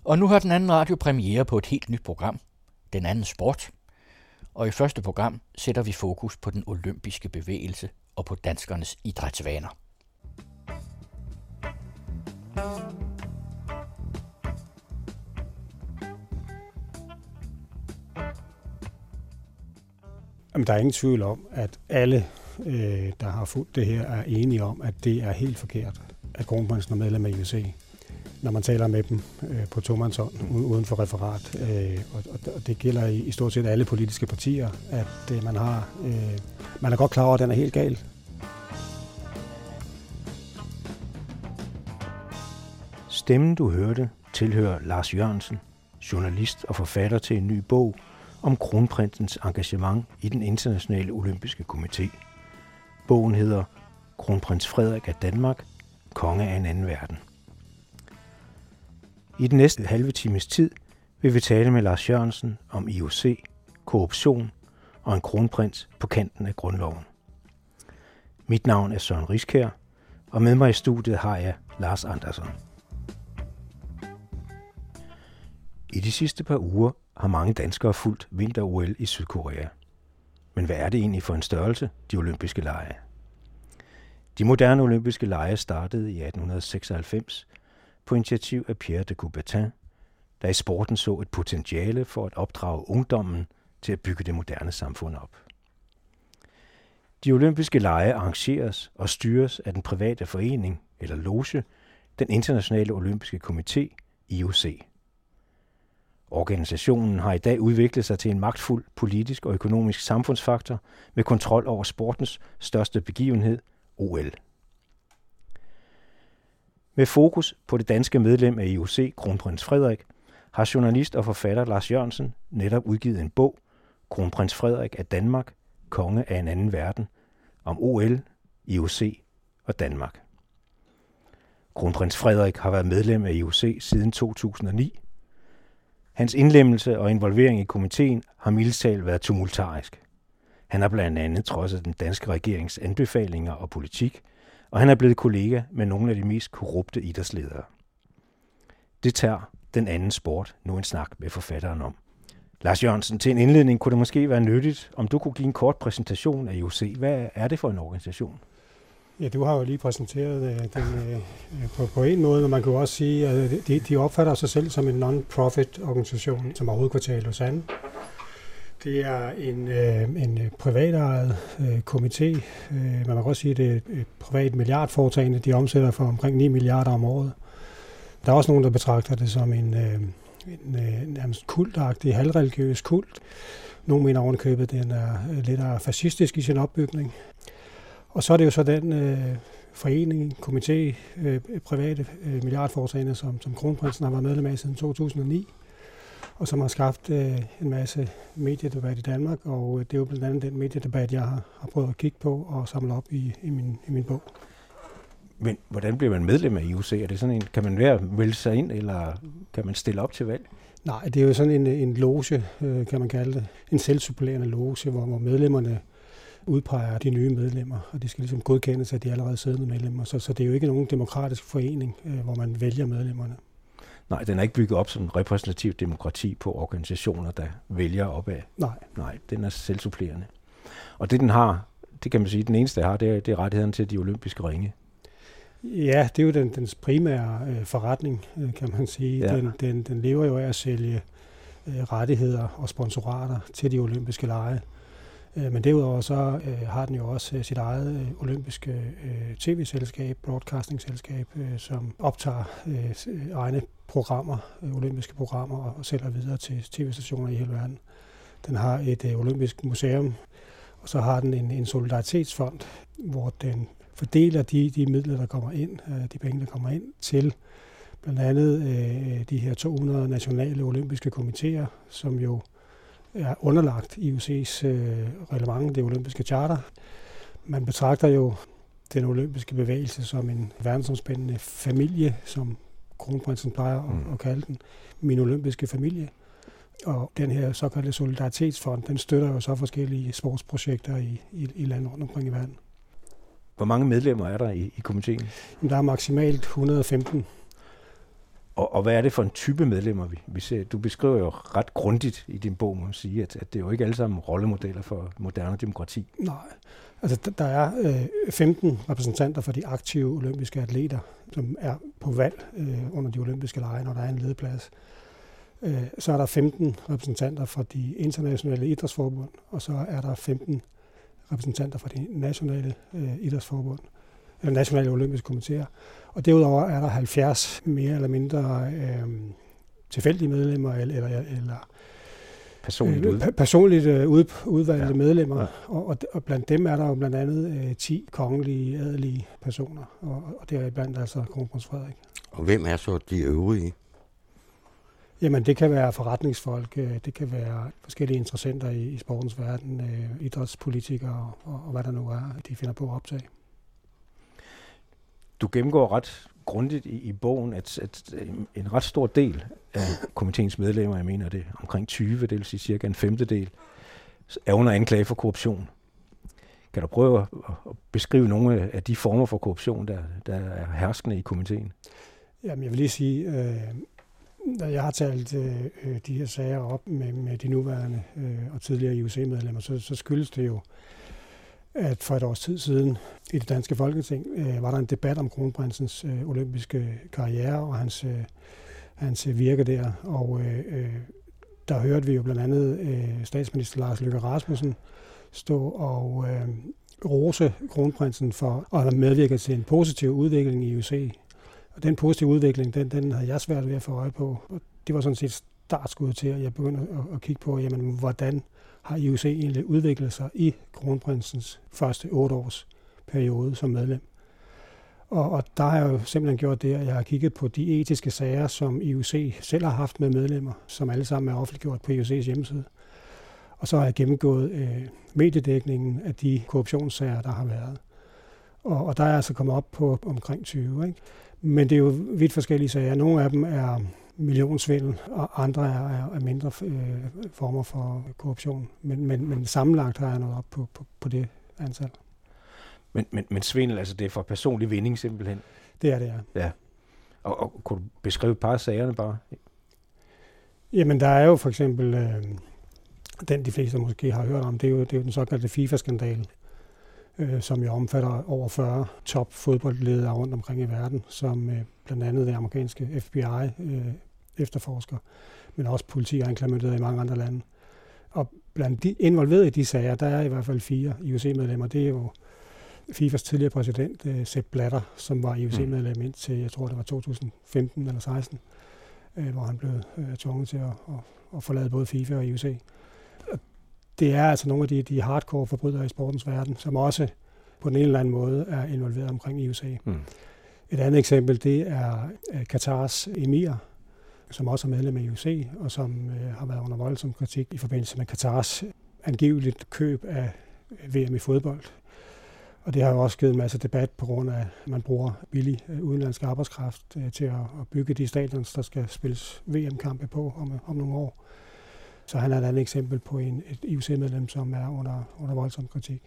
Og nu har den anden radio premiere på et helt nyt program, Den Anden Sport. Og i første program sætter vi fokus på den olympiske bevægelse og på danskernes idrætsvaner. Jamen, der er ingen tvivl om, at alle, der har fulgt det her, er enige om, at det er helt forkert, at kronprinsen er medlem af IOC. Når man taler med dem på tomandshånd uden for referat. Og det gælder i stort set alle politiske partier, at man er godt klar over, at den er helt gal. Stemmen, du hørte, tilhører Lars Jørgensen, journalist og forfatter til en ny bog om kronprinsens engagement i den internationale olympiske komité. Bogen hedder Kronprins Frederik af Danmark, konge af en anden verden. I den næste halve times tid vil vi tale med Lars Jørgensen om IOC, korruption og en kronprins på kanten af grundloven. Mit navn er Søren Riskær, og med mig i studiet har jeg Lars Andersen. I de sidste par uger har mange danskere fulgt vinter-OL i Sydkorea. Men hvad er det egentlig for en størrelse, de olympiske lege? De moderne olympiske lege startede i 1896 på initiativ af Pierre de Coubertin, der i sporten så et potentiale for at opdrage ungdommen til at bygge det moderne samfund op. De olympiske lege arrangeres og styres af den private forening eller loge, den internationale olympiske komité, IOC. Organisationen har i dag udviklet sig til en magtfuld politisk og økonomisk samfundsfaktor med kontrol over sportens største begivenhed, OL. Med fokus på det danske medlem af IOC, kronprins Frederik, har journalist og forfatter Lars Jørgensen netop udgivet en bog, Kronprins Frederik af Danmark, konge af en anden verden, om OL, IOC og Danmark. Kronprins Frederik har været medlem af IOC siden 2009. Hans indlemmelse og involvering i komiteen har mildest talt været tumultarisk. Han har blandt andet trodset den danske regerings anbefalinger og politik, og han er blevet kollega med nogle af de mest korrupte idrætsledere. Det tager Den Anden Sport nu en snak med forfatteren om. Lars Jørgensen, til en indledning kunne det måske være nyttigt, om du kunne give en kort præsentation af IOC. Hvad er det for en organisation? Ja, du har jo lige præsenteret den på en måde, men man kan jo også sige, at de opfatter sig selv som en non-profit organisation, som har hovedkvarter i Lausanne. Det er en privatejet komité. Man kan også sige, at det er et privat milliardforetagende. De omsætter for omkring 9 milliarder om året. Der er også nogen, der betragter det som en nærmest kultagtig, halvreligiøs kult. Nogle mener ovenkøbet, at den er lidt fascistisk i sin opbygning. Og så er det jo så den forening, komité, private milliardforetagende, som kronprinsen har været medlem af siden 2009. Og som har skabt en masse mediedebat i Danmark, og det er jo blandt andet den mediedebat, jeg har prøvet at kigge på og samle op i min bog. Men hvordan bliver man medlem af IOC? Er det sådan en, kan man vælge sig ind, eller kan man stille op til valg? Nej, det er jo sådan en loge, kan man kalde det. En selvsupplerende loge, hvor medlemmerne udpeger de nye medlemmer, og de skal ligesom godkendes af de allerede siddende medlemmer. Så det er jo ikke nogen demokratisk forening, hvor man vælger medlemmerne. Nej, den er ikke bygget op som repræsentativt demokrati på organisationer, der vælger opad. Nej, den er selvsupplerende. Og det den har, det kan man sige, den eneste der har, det er rettighederne til de olympiske ringe. Ja, det er jo dens primære forretning, kan man sige. Ja. Den lever jo af at sælge rettigheder og sponsorater til de olympiske lege. Men derudover så har den jo også sit eget olympiske tv-selskab, broadcasting-selskab, som optager egne programmer, olympiske programmer og sælger videre til tv-stationer i hele verden. Den har et olympisk museum, og så har den en solidaritetsfond, hvor den fordeler de midler, der kommer ind, de penge, der kommer ind til blandt andet de her 200 nationale olympiske komitéer, som jo er underlagt IOC's reglement, det olympiske charter. Man betragter jo den olympiske bevægelse som en verdensomspændende familie, som kronprinsen plejer at kalde den, min olympiske familie. Og den her såkaldte solidaritetsfond, den støtter jo så forskellige sportsprojekter i lande rundt omkring i verden. Hvor mange medlemmer er der i komiteen? Der er maksimalt 115. Og hvad er det for en type medlemmer, vi ser? Du beskriver jo ret grundigt i din bog, må man sige, at det er jo ikke alle sammen rollemodeller for moderne demokrati. Nej, altså der er 15 repræsentanter for de aktive olympiske atleter, som er på valg under de olympiske lege, når der er en ledeplads. Så er der 15 repræsentanter for de internationale idrætsforbund, og så er der 15 repræsentanter for de nationale idrætsforbund, eller nationale olympiske komitéer. Og derudover er der 70 mere eller mindre tilfældige medlemmer eller personligt udvalgte medlemmer. Ja. Og blandt dem er der jo blandt andet 10 kongelige, adelige personer, og det er blandt altså kronprins Frederik. Og hvem er så de øvrige? Jamen, det kan være forretningsfolk, det kan være forskellige interessenter i sportens verden, idrætspolitikere og hvad der nu er, de finder på at optage. Du gennemgår ret grundigt i bogen, at en ret stor del af komiteens medlemmer, jeg mener det omkring 20, det vil sige cirka en femtedel, er under anklage for korruption. Kan du prøve at beskrive nogle af de former for korruption, der er herskende i komiteen? Jamen, jeg vil lige sige, når jeg har talt de her sager op med de nuværende og tidligere IOC-medlemmer, så skyldes det jo, at for et års tid siden i det danske Folketing var der en debat om kronprinsens olympiske karriere og hans virke der. Og der hørte vi jo blandt andet statsminister Lars Løkke Rasmussen stå og rose kronprinsen for at have medvirket til en positiv udvikling i IOC. Og den positive udvikling, den havde jeg svært ved at få øje på. Og det var sådan set startskud til, at jeg begyndte at kigge på, jamen, hvordan har IOC egentlig udviklet sig i kronprinsens første 8 års periode som medlem. Og der har jeg jo simpelthen gjort det, at jeg har kigget på de etiske sager, som IOC selv har haft med medlemmer, som alle sammen er offentliggjort på IOC's hjemmeside. Og så har jeg gennemgået mediedækningen af de korruptionssager, der har været. Og der er jeg altså kommet op på omkring 20, ikke? Men det er jo vidt forskellige sager. Nogle af dem er millionsvindel, og andre er mindre former for korruption. Men sammenlagt har jeg nået op på det antal. Men svindel, altså det er for personlig vinding simpelthen? Det er det, ja. Og kunne du beskrive et par af sagerne bare? Jamen, der er jo for eksempel, den de fleste måske har hørt om, det er jo den såkaldte FIFA-skandale, som jo omfatter over 40 top fodboldledere rundt omkring i verden, som blandt andet det amerikanske FBI efterforsker, men også politi og anklagemyndigheder i mange andre lande. Og blandt de involverede i de sager, der er i hvert fald 4 IOC-medlemmer. Det er jo FIFAs tidligere præsident, Sepp Blatter, som var IOC-medlem indtil, jeg tror det var 2015 eller 16, hvor han blev tvunget til at forlade både FIFA og IOC. Det er altså nogle af de hardcore forbrydere i sportens verden, som også på den ene eller anden måde er involveret omkring IOC. Et andet eksempel, det er Katars emir, som også er medlem af IOC, og som har været under voldsom kritik i forbindelse med Katars angiveligt køb af VM i fodbold. Og det har jo også givet en masse debat på grund af, at man bruger billig udenlandsk arbejdskraft til at bygge de stadions, der skal spilles VM-kampe på om nogle år. Så han er et andet eksempel på et IOC-medlem, som er under voldsom kritik.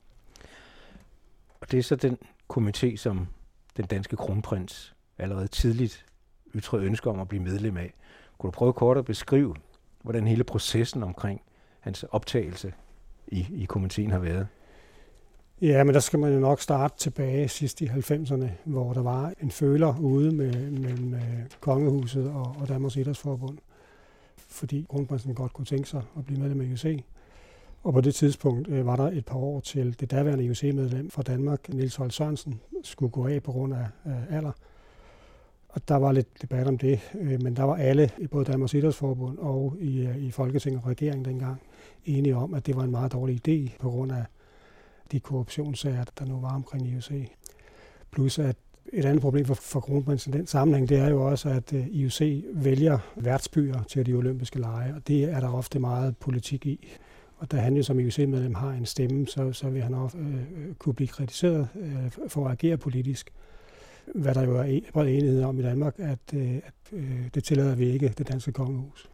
Og det er så den komité, som den danske kronprins allerede tidligt ytrede ønsker om at blive medlem af. Kunne du prøve kort at beskrive, hvordan hele processen omkring hans optagelse i komiteen har været? Ja, men der skal man jo nok starte tilbage sidst i 90'erne, hvor der var en føler ude mellem Kongehuset og Danmarks Idrætsforbund, fordi kronprinsen godt kunne tænke sig at blive medlem af IOC. Og på det tidspunkt var der et par år til det daværende IOC-medlem fra Danmark, Niels Holt Sørensen, skulle gå af på grund af alder. Og der var lidt debat om det, men der var alle, både Danmarks Idrætsforbund og i Folketinget og regeringen dengang, enige om, at det var en meget dårlig idé på grund af de korruptionssager, der nu var omkring IOC. Plus at et andet problem for kronprinsen i den sammenhæng, det er jo også, at IOC vælger værtsbyer til de olympiske lege, og det er der ofte meget politik i. Og da han jo som IOC-medlem har en stemme, så vil han også kunne blive kritiseret for at agere politisk. Hvad der jo er bred enighed om i Danmark, at det tillader vi ikke det danske kongehus.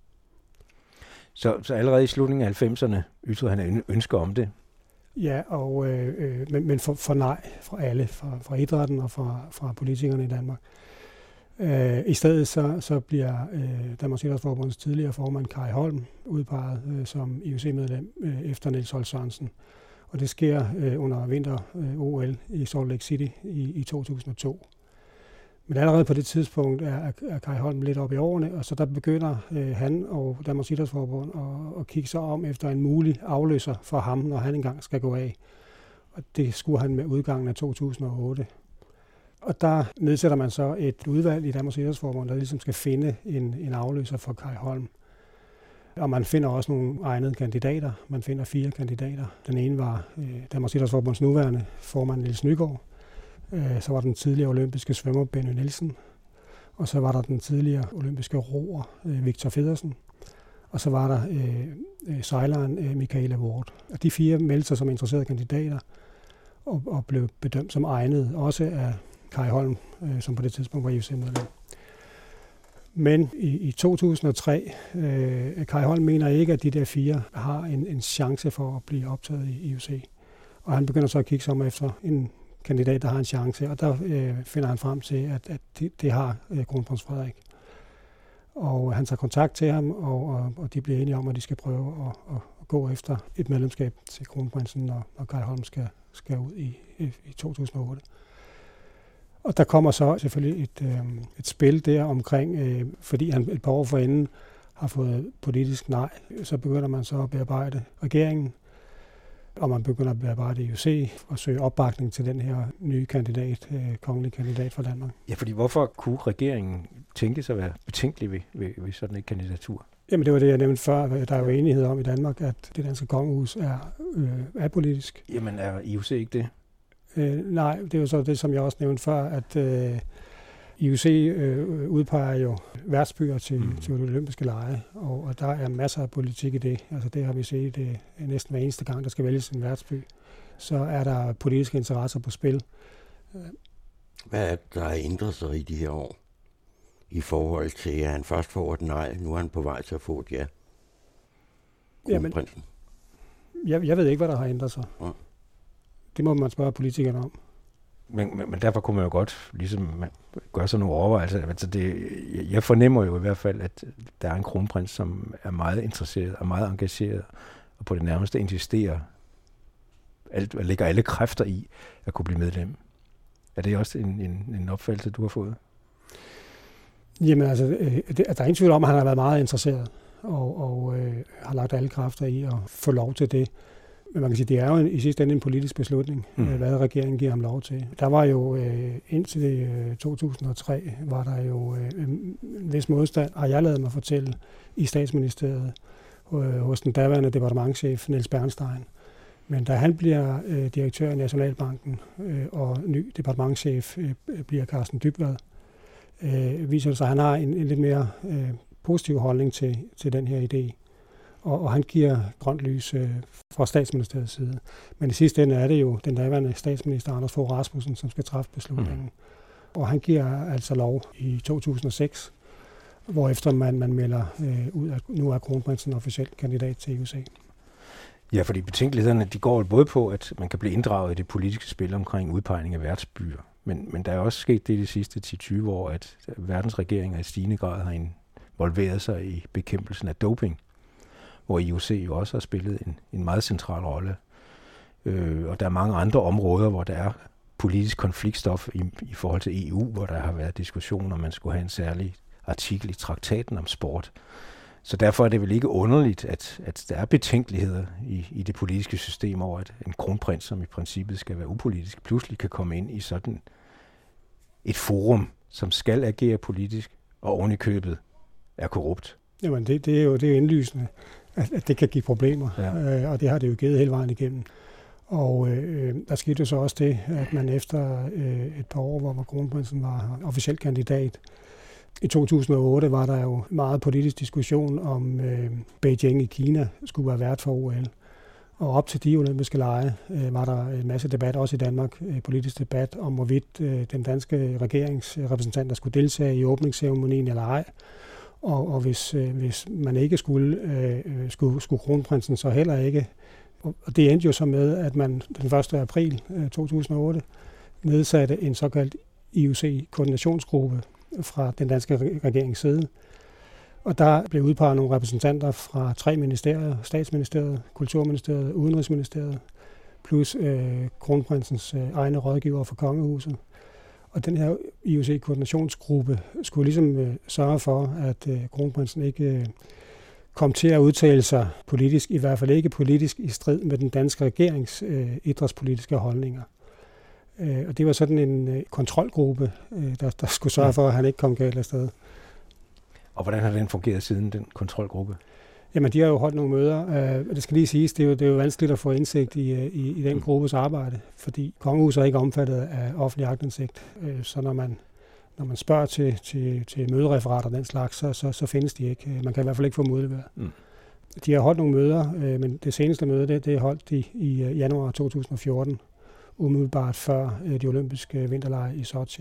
Så allerede i slutningen af 90'erne ytrede han en ønske om det? Ja, men for nej fra alle, fra idrætten og fra politikerne i Danmark. I stedet så bliver Danmarks Idrætsforbunds tidligere formand Kai Holm udpeget som IOC-medlem efter Niels Holst Sørensen. Og det sker under vinter-OL i Salt Lake City i 2002. Men allerede på det tidspunkt er Kai Holm lidt oppe i årene, og så der begynder han og Danmarks Idrætsforbund at kigge sig om efter en mulig afløser for ham, når han engang skal gå af. Og det skulle han med udgangen af 2008. Og der nedsætter man så et udvalg i Danmarks Idrætsforbund, der ligesom skal finde en afløser for Kai Holm. Og man finder også nogle egnede kandidater. Man finder 4 kandidater. Den ene var Danmarks Idrætsforbunds nuværende formand Niels Nygaard. Så var den tidligere olympiske svømmer Benny Nielsen. Og så var der den tidligere olympiske roer Victor Feddersen. Og så var der sejleren Michaela Ward. Og de 4 meldte sig som interesserede kandidater og blev bedømt som egnede, også af Kai Holm, som på det tidspunkt var IOC-medlem. Men i 2003, Kai Holm mener ikke, at de der 4 har en chance for at blive optaget i IOC. Og han begynder så at kigge sig om efter en kandidat, der har en chance, og der finder han frem til, at det har kronprins Frederik. Og han tager kontakt til ham, og de bliver enige om, at de skal prøve at gå efter et medlemskab til kronprinsen, når Kai Holm skal ud i 2008. Og der kommer så selvfølgelig et spil der omkring, fordi han et par år forinden har fået politisk nej, så begynder man så at bearbejde regeringen, og man begynder at bearbejde IOC og søge opbakning til den her nye kandidat, kongelige kandidat for Danmark. Ja, fordi hvorfor kunne regeringen tænke sig at være betænkelig ved sådan et kandidatur? Jamen det var det, jeg nævnte før. Der er jo enighed om i Danmark, at det danske kongehus er apolitisk. Jamen er IOC ikke det? Nej, det er jo så det, som jeg også nævnte før, at IOC udpeger jo værtsbyer til de olympiske lege, og der er masser af politik i det. Altså det har vi set det næsten hver eneste gang, der skal vælges en værtsby. Så er der politiske interesser på spil. Hvad er det, der har ændret sig i de her år? I forhold til, at han først får et nej, nu er han på vej til at få et ja. Kronprinsen. Jeg ved ikke, hvad der har ændret sig. Ja. Det må man spørge politikerne om. Men derfor kunne man jo godt ligesom gøre sådan nogle overvejelser. Altså jeg fornemmer jo i hvert fald, at der er en kronprins, som er meget interesseret og meget engageret, og på det nærmeste insisterer, og lægger alle kræfter i at kunne blive medlem. Er det også en opfattelse, du har fået? Jamen altså, der er ingen tvivl om, at han har været meget interesseret, og har lagt alle kræfter i at få lov til det. Men man kan sige, det er jo i sidste ende en politisk beslutning, hvad regeringen giver ham lov til. Der var jo indtil 2003, var der jo en vis modstand, og jeg lader mig fortælle, i statsministeriet hos den daværende departementschef Niels Bernstein. Men da han bliver direktør i Nationalbanken, og ny departementschef bliver Carsten Dybvad, viser det sig, at han har en lidt mere positiv holdning til den her idé. Og han giver grønt lys fra statsministeriets side. Men i sidste ende er det jo den daværende statsminister Anders Fogh Rasmussen, som skal træffe beslutningen. Og han giver altså lov i 2006, hvorefter man melder ud, at nu er kronprinsen officielt kandidat til IOC. Ja, fordi betænkelighederne, de går både på, at man kan blive inddraget i det politiske spil omkring udpegning af værtsbyer. Men der er også sket det de sidste 10-20 år, at verdens regeringer i stigende grad har involveret sig i bekæmpelsen af doping, hvor IOC jo også har spillet en meget central rolle. Og der er mange andre områder, hvor der er politisk konfliktstof i forhold til EU, hvor der har været diskussioner, om man skulle have en særlig artikel i traktaten om sport. Så derfor er det vel ikke underligt, at der er betænkeligheder i det politiske system over, at en kronprins, som i princippet skal være upolitisk, pludselig kan komme ind i sådan et forum, som skal agere politisk, og oven i købet er korrupt. Jamen det er jo indlysende, at det kan give problemer, ja. Og det har det jo givet hele vejen igennem. Og der skete jo så også det, at man efter et par år, hvor kronprinsen var officiel kandidat, i 2008 var der jo meget politisk diskussion om Beijing i Kina skulle være vært for OL. Og op til de olympiske lege var der en masse debat, også i Danmark, politisk debat om, hvorvidt den danske regeringsrepræsentanter skulle deltage i åbningsceremonien eller ej. Og hvis man ikke skulle kronprinsen så heller ikke. Og det endte jo så med, at man den 1. april 2008 nedsatte en såkaldt IOC-koordinationsgruppe, fra den danske regerings side. Og der blev udpeget nogle repræsentanter fra 3 ministerier, Statsministeriet, Kulturministeriet, Udenrigsministeriet, plus kronprinsens egne rådgivere for kongehuset. Og den her IOC-koordinationsgruppe skulle ligesom sørge for, at kronprinsen ikke kom til at udtale sig politisk, i hvert fald ikke politisk i strid med den danske regerings idrætspolitiske holdninger. Og det var sådan en kontrolgruppe, der skulle sørge for, at han ikke kom galt afsted. Og hvordan har den fungeret siden, den kontrolgruppe? Jamen, de har jo holdt nogle møder. Det skal lige siges, det er jo vanskeligt at få indsigt i den gruppes arbejde, fordi kongehuset er ikke omfattet af offentlig aktindsigt. Så når man spørger til mødereferater og den slags, så findes de ikke. Man kan i hvert fald ikke få dem udleveret. De har holdt nogle møder, men det seneste møde, det er holdt i januar 2014, umiddelbart før de olympiske vinterlege i Sochi.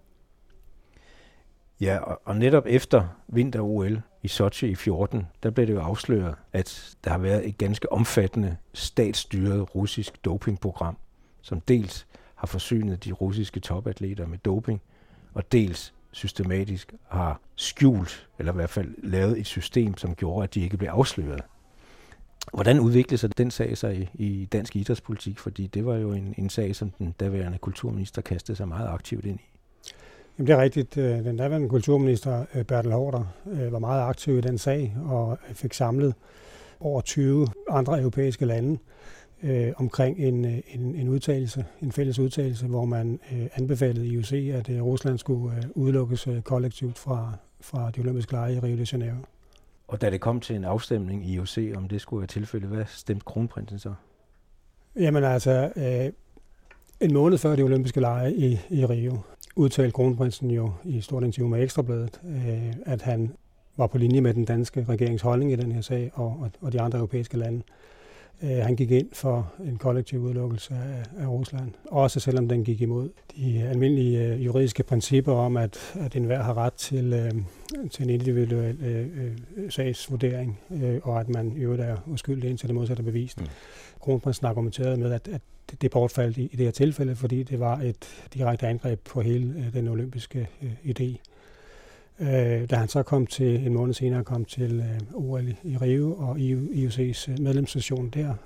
Ja, og netop efter vinter-OL i Sochi i 14, der blev det jo afsløret, at der har været et ganske omfattende statsstyret russisk dopingprogram, som dels har forsynet de russiske topatleter med doping, og dels systematisk har skjult, eller i hvert fald lavet et system, som gjorde, at de ikke blev afsløret. Hvordan udviklede sig den sag sig i dansk idrætspolitik? Fordi det var jo en sag, som den daværende kulturminister kastede sig meget aktivt ind i. Jamen, det er rigtigt. Den daværende kulturminister, Bertel Haarder, var meget aktiv i den sag og fik samlet over 20 andre europæiske lande omkring en udtalelse, en fælles udtalelse, hvor man anbefalede IOC, at Rusland skulle udelukkes kollektivt fra de olympiske lege i Rio de Janeiro. Og da det kom til en afstemning i IOC, om det skulle være tilfældet, hvad stemte kronprinsen så? Jamen altså, en måned før de olympiske lege i Rio, udtalte kronprinsen jo i stort interview med Ekstrabladet, at han var på linje med den danske regerings holdning i den her sag og de andre europæiske lande. Han gik ind for en kollektiv udelukkelse af Rusland, også selvom den gik imod de almindelige juridiske principper om, at enhver har ret til en individuel sagsvurdering, og at man i øvrigt er uskyldig indtil det modsatte bevist. Kronprinsen argumenterede med, at det bortfaldt i det her tilfælde, fordi det var et direkte angreb på hele den olympiske idé. Da han så en måned senere kom til OL i Rio og IOC's medlemsstation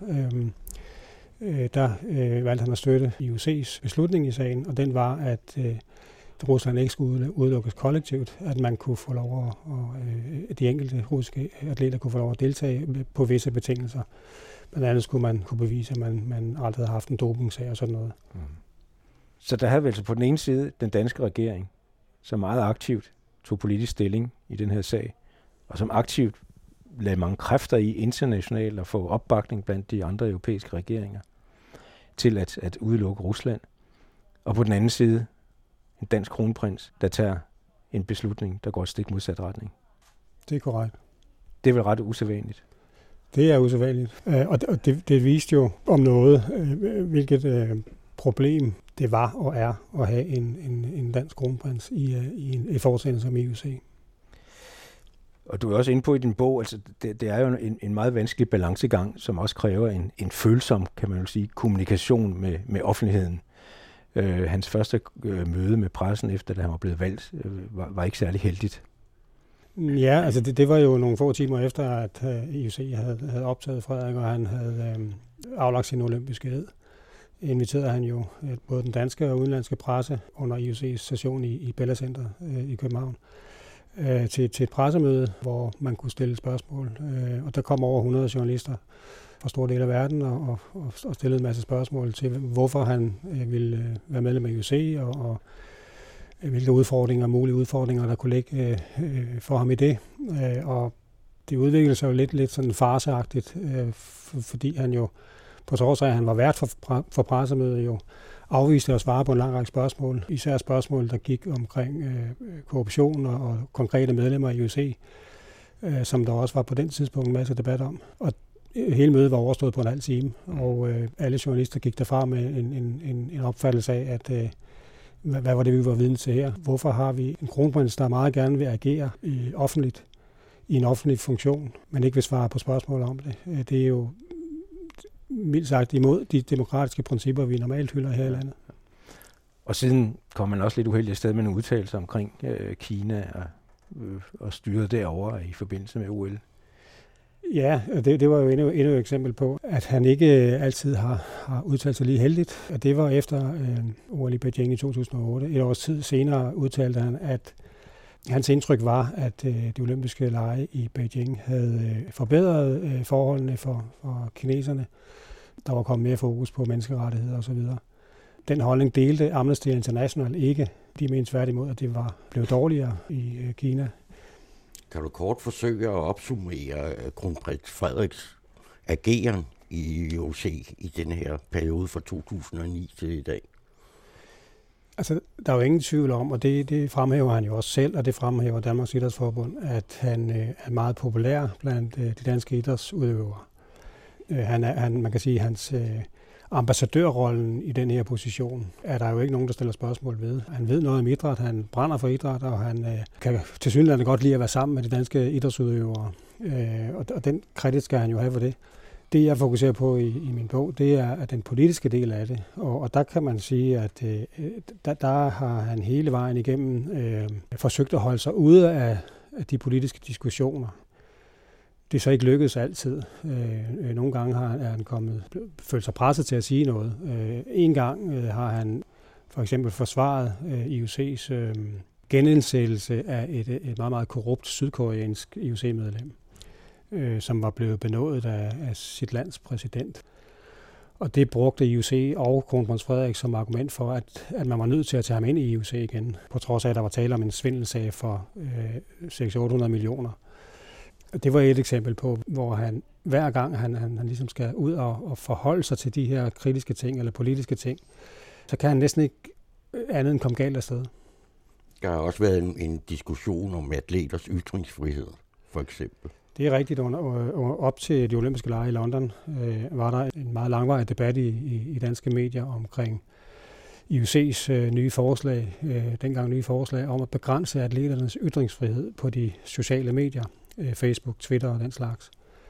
der valgte han at støtte IOC's beslutning i sagen, og den var, at Rusland ikke skulle udelukkes kollektivt, at man kunne få lov at de enkelte russiske atleter kunne få lov at deltage på visse betingelser. Blandt andet skulle man kunne bevise, at man aldrig havde haft en dopingsag og sådan noget. Så der havde vel på den ene side den danske regering, som meget aktivt tog politisk stilling i den her sag, og som aktivt lagde mange kræfter i internationalt at få opbakning blandt de andre europæiske regeringer til at udelukke Rusland. Og på den anden side en dansk kronprins, der tager en beslutning, der går stik modsat retning. Det er korrekt. Det er vel ret usædvanligt. Det er usædvanligt. Og det viste jo om noget, hvilket problem det var og er at have en dansk kronprins i et foretagende som IOC. Og du er også inde på i din bog, altså det er jo en meget vanskelig balancegang, som også kræver en følsom, kan man jo sige, kommunikation med offentligheden. Hans første møde med pressen, efter da han var blevet valgt, var ikke særlig heldigt. Ja, altså det var jo nogle få timer efter, at IOC havde optaget Frederik, og han havde aflagt sin olympiske ed. Inviterede han jo både den danske og udenlandske presse under IOC's session i Bella Center i København til et pressemøde, hvor man kunne stille spørgsmål. Og der kom over 100 journalister fra store dele af verden og stillede en masse spørgsmål til, hvorfor han ville være medlem af IOC, og hvilke mulige udfordringer, der kunne ligge for ham i det. Og det udviklede sig jo lidt sådan farseagtigt, fordi han jo, på trods af, at han var vært for pressemødet, jo afviste at svare på en lang række spørgsmål. Især spørgsmål, der gik omkring korruption og konkrete medlemmer i IOC, som der også var på den tidspunkt en masse debat om. Og hele mødet var overstået på en halv time, og alle journalister gik derfra med en opfattelse af, at hvad var det, vi var vidne til her? Hvorfor har vi en kronprins, der meget gerne vil agere offentligt i en offentlig funktion, men ikke vil svare på spørgsmål om det? Det er jo mildt sagt imod de demokratiske principper, vi normalt hylder her i landet. Og siden kom man også lidt uheldigt afsted med nogle udtalelser omkring Kina og styret derovre i forbindelse med OL. Ja, det var jo endnu et eksempel på, at han ikke altid har udtalt sig lige heldigt. Og det var efter OL i Beijing i 2008. Et års tid senere udtalte han, at hans indtryk var, at de olympiske lege i Beijing havde forbedret forholdene for kineserne. Der var kommet mere fokus på menneskerettigheder osv. Den holdning delte Amnesty International ikke. De mente tværtimod, at det var blevet dårligere i Kina. Kan du kort forsøge at opsummere kronprins Frederiks ageren i IOC i den her periode fra 2009 til i dag? Altså, der er jo ingen tvivl om, og det fremhæver han jo også selv, og det fremhæver Danmarks Idrætsforbund, at han er meget populær blandt de danske idrætsudøvere. Man kan sige, hans ambassadørrollen i den her position er der jo ikke nogen, der stiller spørgsmål ved. Han ved noget om idræt, han brænder for idræt, og han kan tilsyneladende godt lide at være sammen med de danske idrætsudøvere. Og den kredit skal han jo have for det. Det, jeg fokuserer på i min bog, det er den politiske del af det. Og der kan man sige, at der har han hele vejen igennem forsøgt at holde sig ude af de politiske diskussioner. Det er så ikke lykkedes altid. Nogle gange er han følt sig presset til at sige noget. En gang har han for eksempel forsvaret IOC's genindsættelse af et meget, meget korrupt sydkoreansk IOC-medlem, som var blevet benådet af sit lands præsident. Og det brugte IOC og kronprins Frederik som argument for, at man var nødt til at tage ham ind i IOC igen, på trods af, at der var tale om en svindelsag for 600-800 millioner. Det var et eksempel på, hvor han hver gang han ligesom skal ud og forholde sig til de her kritiske ting eller politiske ting, så kan han næsten ikke andet end komme galt afsted. Der har også været en diskussion om atleters ytringsfrihed, for eksempel. Det er rigtigt. Op til de olympiske lege i London var der en meget langvarig debat i danske medier omkring IOC's nye forslag om at begrænse atleternes ytringsfrihed på de sociale medier. Facebook, Twitter og den slags.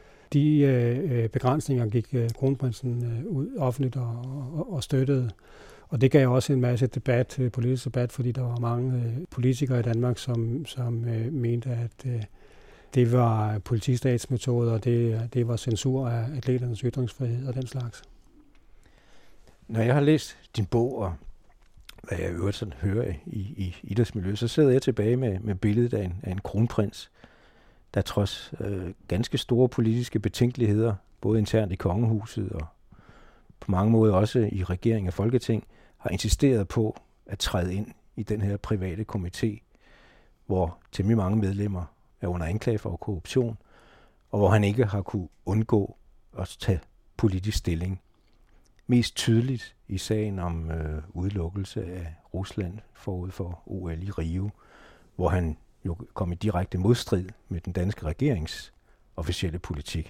De begrænsninger gik kronprinsen ud offentligt og støttede. Og det gav også en masse politisk debat, fordi der var mange politikere i Danmark, som mente, at det var politistatsmetoder, og det var censur af atleternes ytringsfrihed og den slags. Når jeg har læst din bog, og hvad jeg øvrigt sådan hører i idrætsmiljøet, så sidder jeg tilbage med billedet af en kronprins, der trods ganske store politiske betænkeligheder, både internt i kongehuset og på mange måder også i regering og folketing, har insisteret på at træde ind i den her private komité, hvor temmelig mange medlemmer er under anklage for korruption, og hvor han ikke har kunne undgå at tage politisk stilling. Mest tydeligt i sagen om udelukkelse af Rusland forud for OL i Rio, hvor han jo kom i direkte modstrid med den danske regerings officielle politik.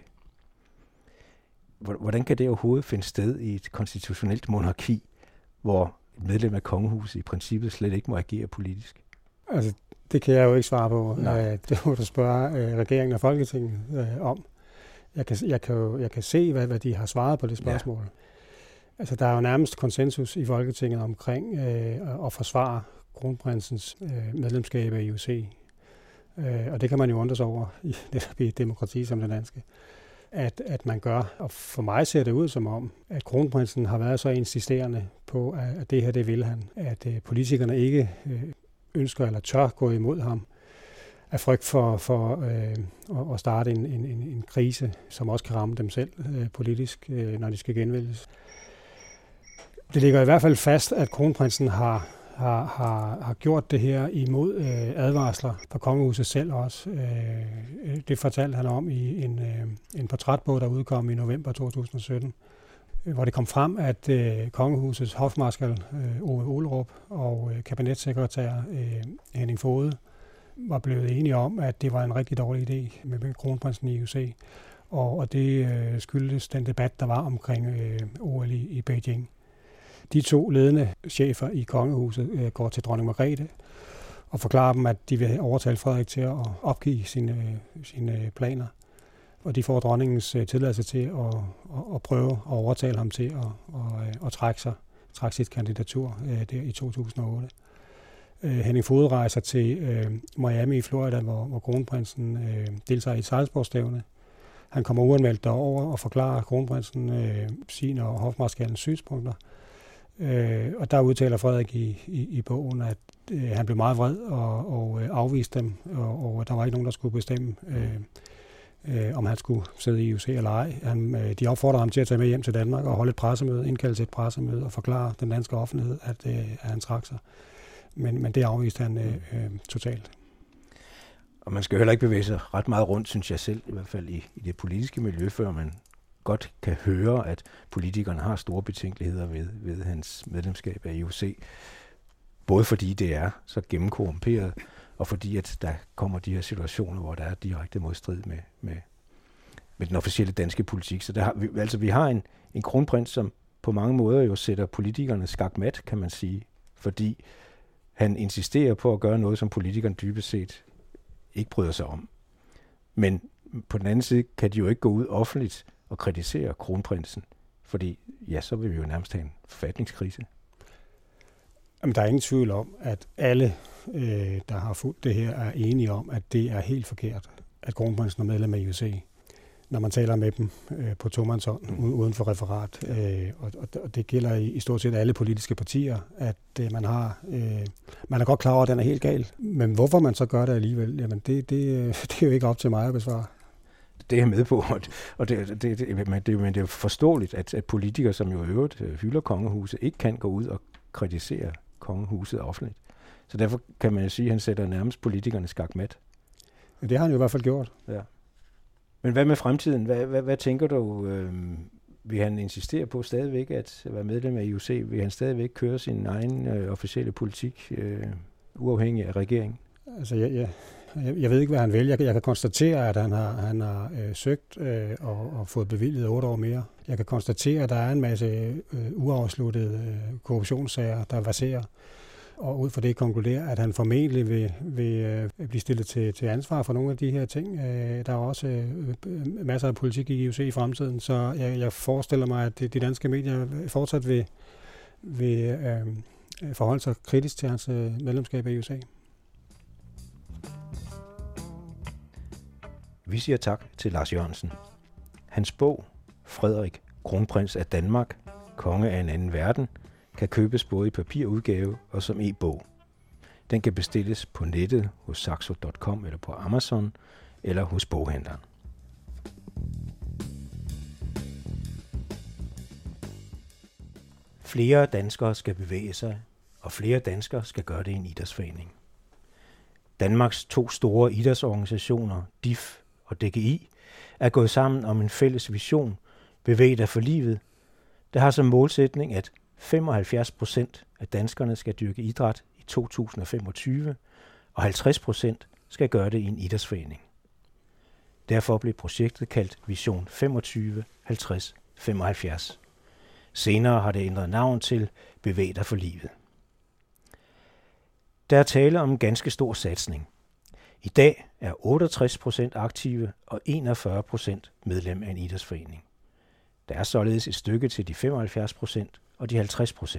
Hvordan kan det overhovedet finde sted i et konstitutionelt monarki, hvor et medlem af kongehuset i princippet slet ikke må agere politisk? Altså, det kan jeg jo ikke svare på. Det må du spørge regeringen og Folketinget om. Jeg kan se, hvad de har svaret på det spørgsmål. Ja. Altså, der er jo nærmest konsensus i Folketinget omkring at forsvare kronprinsens medlemskab af IOC. Og det kan man jo undre sig over i et demokrati som det danske, at man gør. Og for mig ser det ud som om, at kronprinsen har været så insisterende på, at det her, det vil han. At politikerne ikke ønsker eller tør gå imod ham af frygt for at starte en krise, som også kan ramme dem selv politisk, når de skal genvælges. Det ligger i hvert fald fast, at kronprinsen har gjort det her imod advarsler fra kongehuset selv også. Det fortalte han om i en portrætbog, der udkom i november 2017, hvor det kom frem, at kongehusets hofmarskal Ove Ollerup og kabinetssekretær Henning Foged var blevet enige om, at det var en rigtig dårlig idé med kronprinsen i IOC. Og det skyldtes den debat, der var omkring OL i Beijing. De to ledende chefer i kongehuset går til dronning Margrethe og forklarer dem, at de vil overtale Frederik til at opgive sine planer. Og de får dronningens tilladelse til at prøve at overtale ham til at trække sig trak sit kandidatur der i 2008. Henning Foged rejser til Miami i Florida, hvor kronprinsen deltager i et sejlsportsstævne. Han kommer uanmeldt derover og forklarer kronprinsen sine og hofmarskalens synspunkter. Og der udtaler Frederik i bogen, at han blev meget vred og afviste dem, og der var ikke nogen, der skulle bestemme, om han skulle sidde i IOC eller ej. De opfordrede ham til at tage med hjem til Danmark og holde et pressemøde, indkalde til et pressemøde og forklare den danske offentlighed, at han trak sig. Men det afviste han totalt. Og man skal heller ikke bevæge sig ret meget rundt, synes jeg selv, i hvert fald i det politiske miljø, før man godt kan høre, at politikerne har store betænkeligheder ved hans medlemskab af IOC. Både fordi det er så gennemkorrumperet, og fordi at der kommer de her situationer, hvor der er direkte modstrid med den officielle danske politik. Så vi har en kronprins, som på mange måder jo sætter politikerne skakmat, kan man sige, fordi han insisterer på at gøre noget, som politikerne dybest set ikke bryder sig om. Men på den anden side kan de jo ikke gå ud offentligt og kritisere kronprinsen, fordi så vil vi jo nærmest have en forfatningskrise. Jamen, der er ingen tvivl om, at alle, der har fulgt det her, er enige om, at det er helt forkert, at kronprinsen er medlem af IOC. Når man taler med dem på tomandshånd uden for referat, og det gælder i stort set alle politiske partier, at man er godt klar over, at den er helt gal. Men hvorfor man så gør det alligevel, jamen det er jo ikke op til mig at besvare. Det er jeg med på, men det er forståeligt, at politikere, som jo i øvrigt hylder kongehuset, ikke kan gå ud og kritisere kongehuset offentligt. Så derfor kan man jo sige, at han sætter nærmest politikerne skakmat. Det har han jo i hvert fald gjort. Ja. Men hvad med fremtiden? Hvad tænker du? Vil han insistere på stadigvæk at være medlem af IOC? Vil han stadigvæk køre sin egen officielle politik, uafhængig af regeringen? Altså, jeg ved ikke, hvad han vil. Jeg kan konstatere, at han har søgt og fået bevilget 8 år mere. Jeg kan konstatere, at der er en masse uafsluttede korruptionssager, der verserer. Og ud fra det konkluderer, at han formentlig vil blive stillet til ansvar for nogle af de her ting. Der er også masser af politik i IOC i fremtiden, så jeg forestiller mig, at de danske medier fortsat vil forholde sig kritisk til hans medlemskab af IOC. Vi siger tak til Lars Jørgensen. Hans bog, Frederik, kronprins af Danmark, konge af en anden verden, kan købes både i papirudgave og som e-bog. Den kan bestilles på nettet hos saxo.com eller på Amazon eller hos boghandleren. Flere danskere skal bevæge sig, og flere danskere skal gøre det i en idrætsforening. Danmarks 2 store idrætsorganisationer, DIF og DGI, er gået sammen om en fælles vision, Bevæg dig for livet, der har som målsætning, at 75% af danskerne skal dyrke idræt i 2025, og 50% skal gøre det i en idrætsforening. Derfor blev projektet kaldt Vision 25-50-75. Senere har det ændret navn til Bevæg dig for livet. Der er tale om en ganske stor satsning. I dag er 68% aktive og 41% medlem af en idrætsforening. Der er således et stykke til de 75% og de 50%.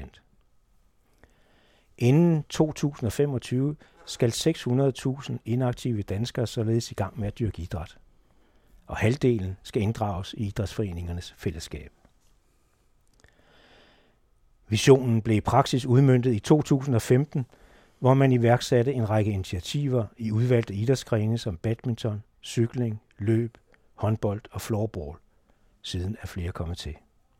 Inden 2025 skal 600.000 inaktive danskere således i gang med at dyrke idræt, og halvdelen skal inddrages i idrætsforeningernes fællesskab. Visionen blev i praksis udmøntet i 2015, hvor man iværksatte en række initiativer i udvalgte idrætsgrene som badminton, cykling, løb, håndbold og floorball. Siden er flere kommet til.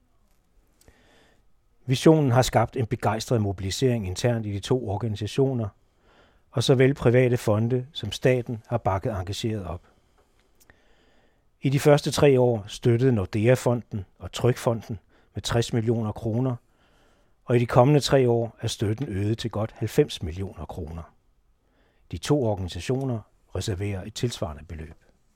Visionen har skabt en begejstret mobilisering internt i de 2 organisationer, og såvel private fonde som staten har bakket engageret op. I de første 3 år støttede Nordea-fonden og Trygfonden med 60 millioner kroner, og i de kommende 3 år er støtten øget til godt 90 millioner kroner. De 2 organisationer reserverer et tilsvarende beløb.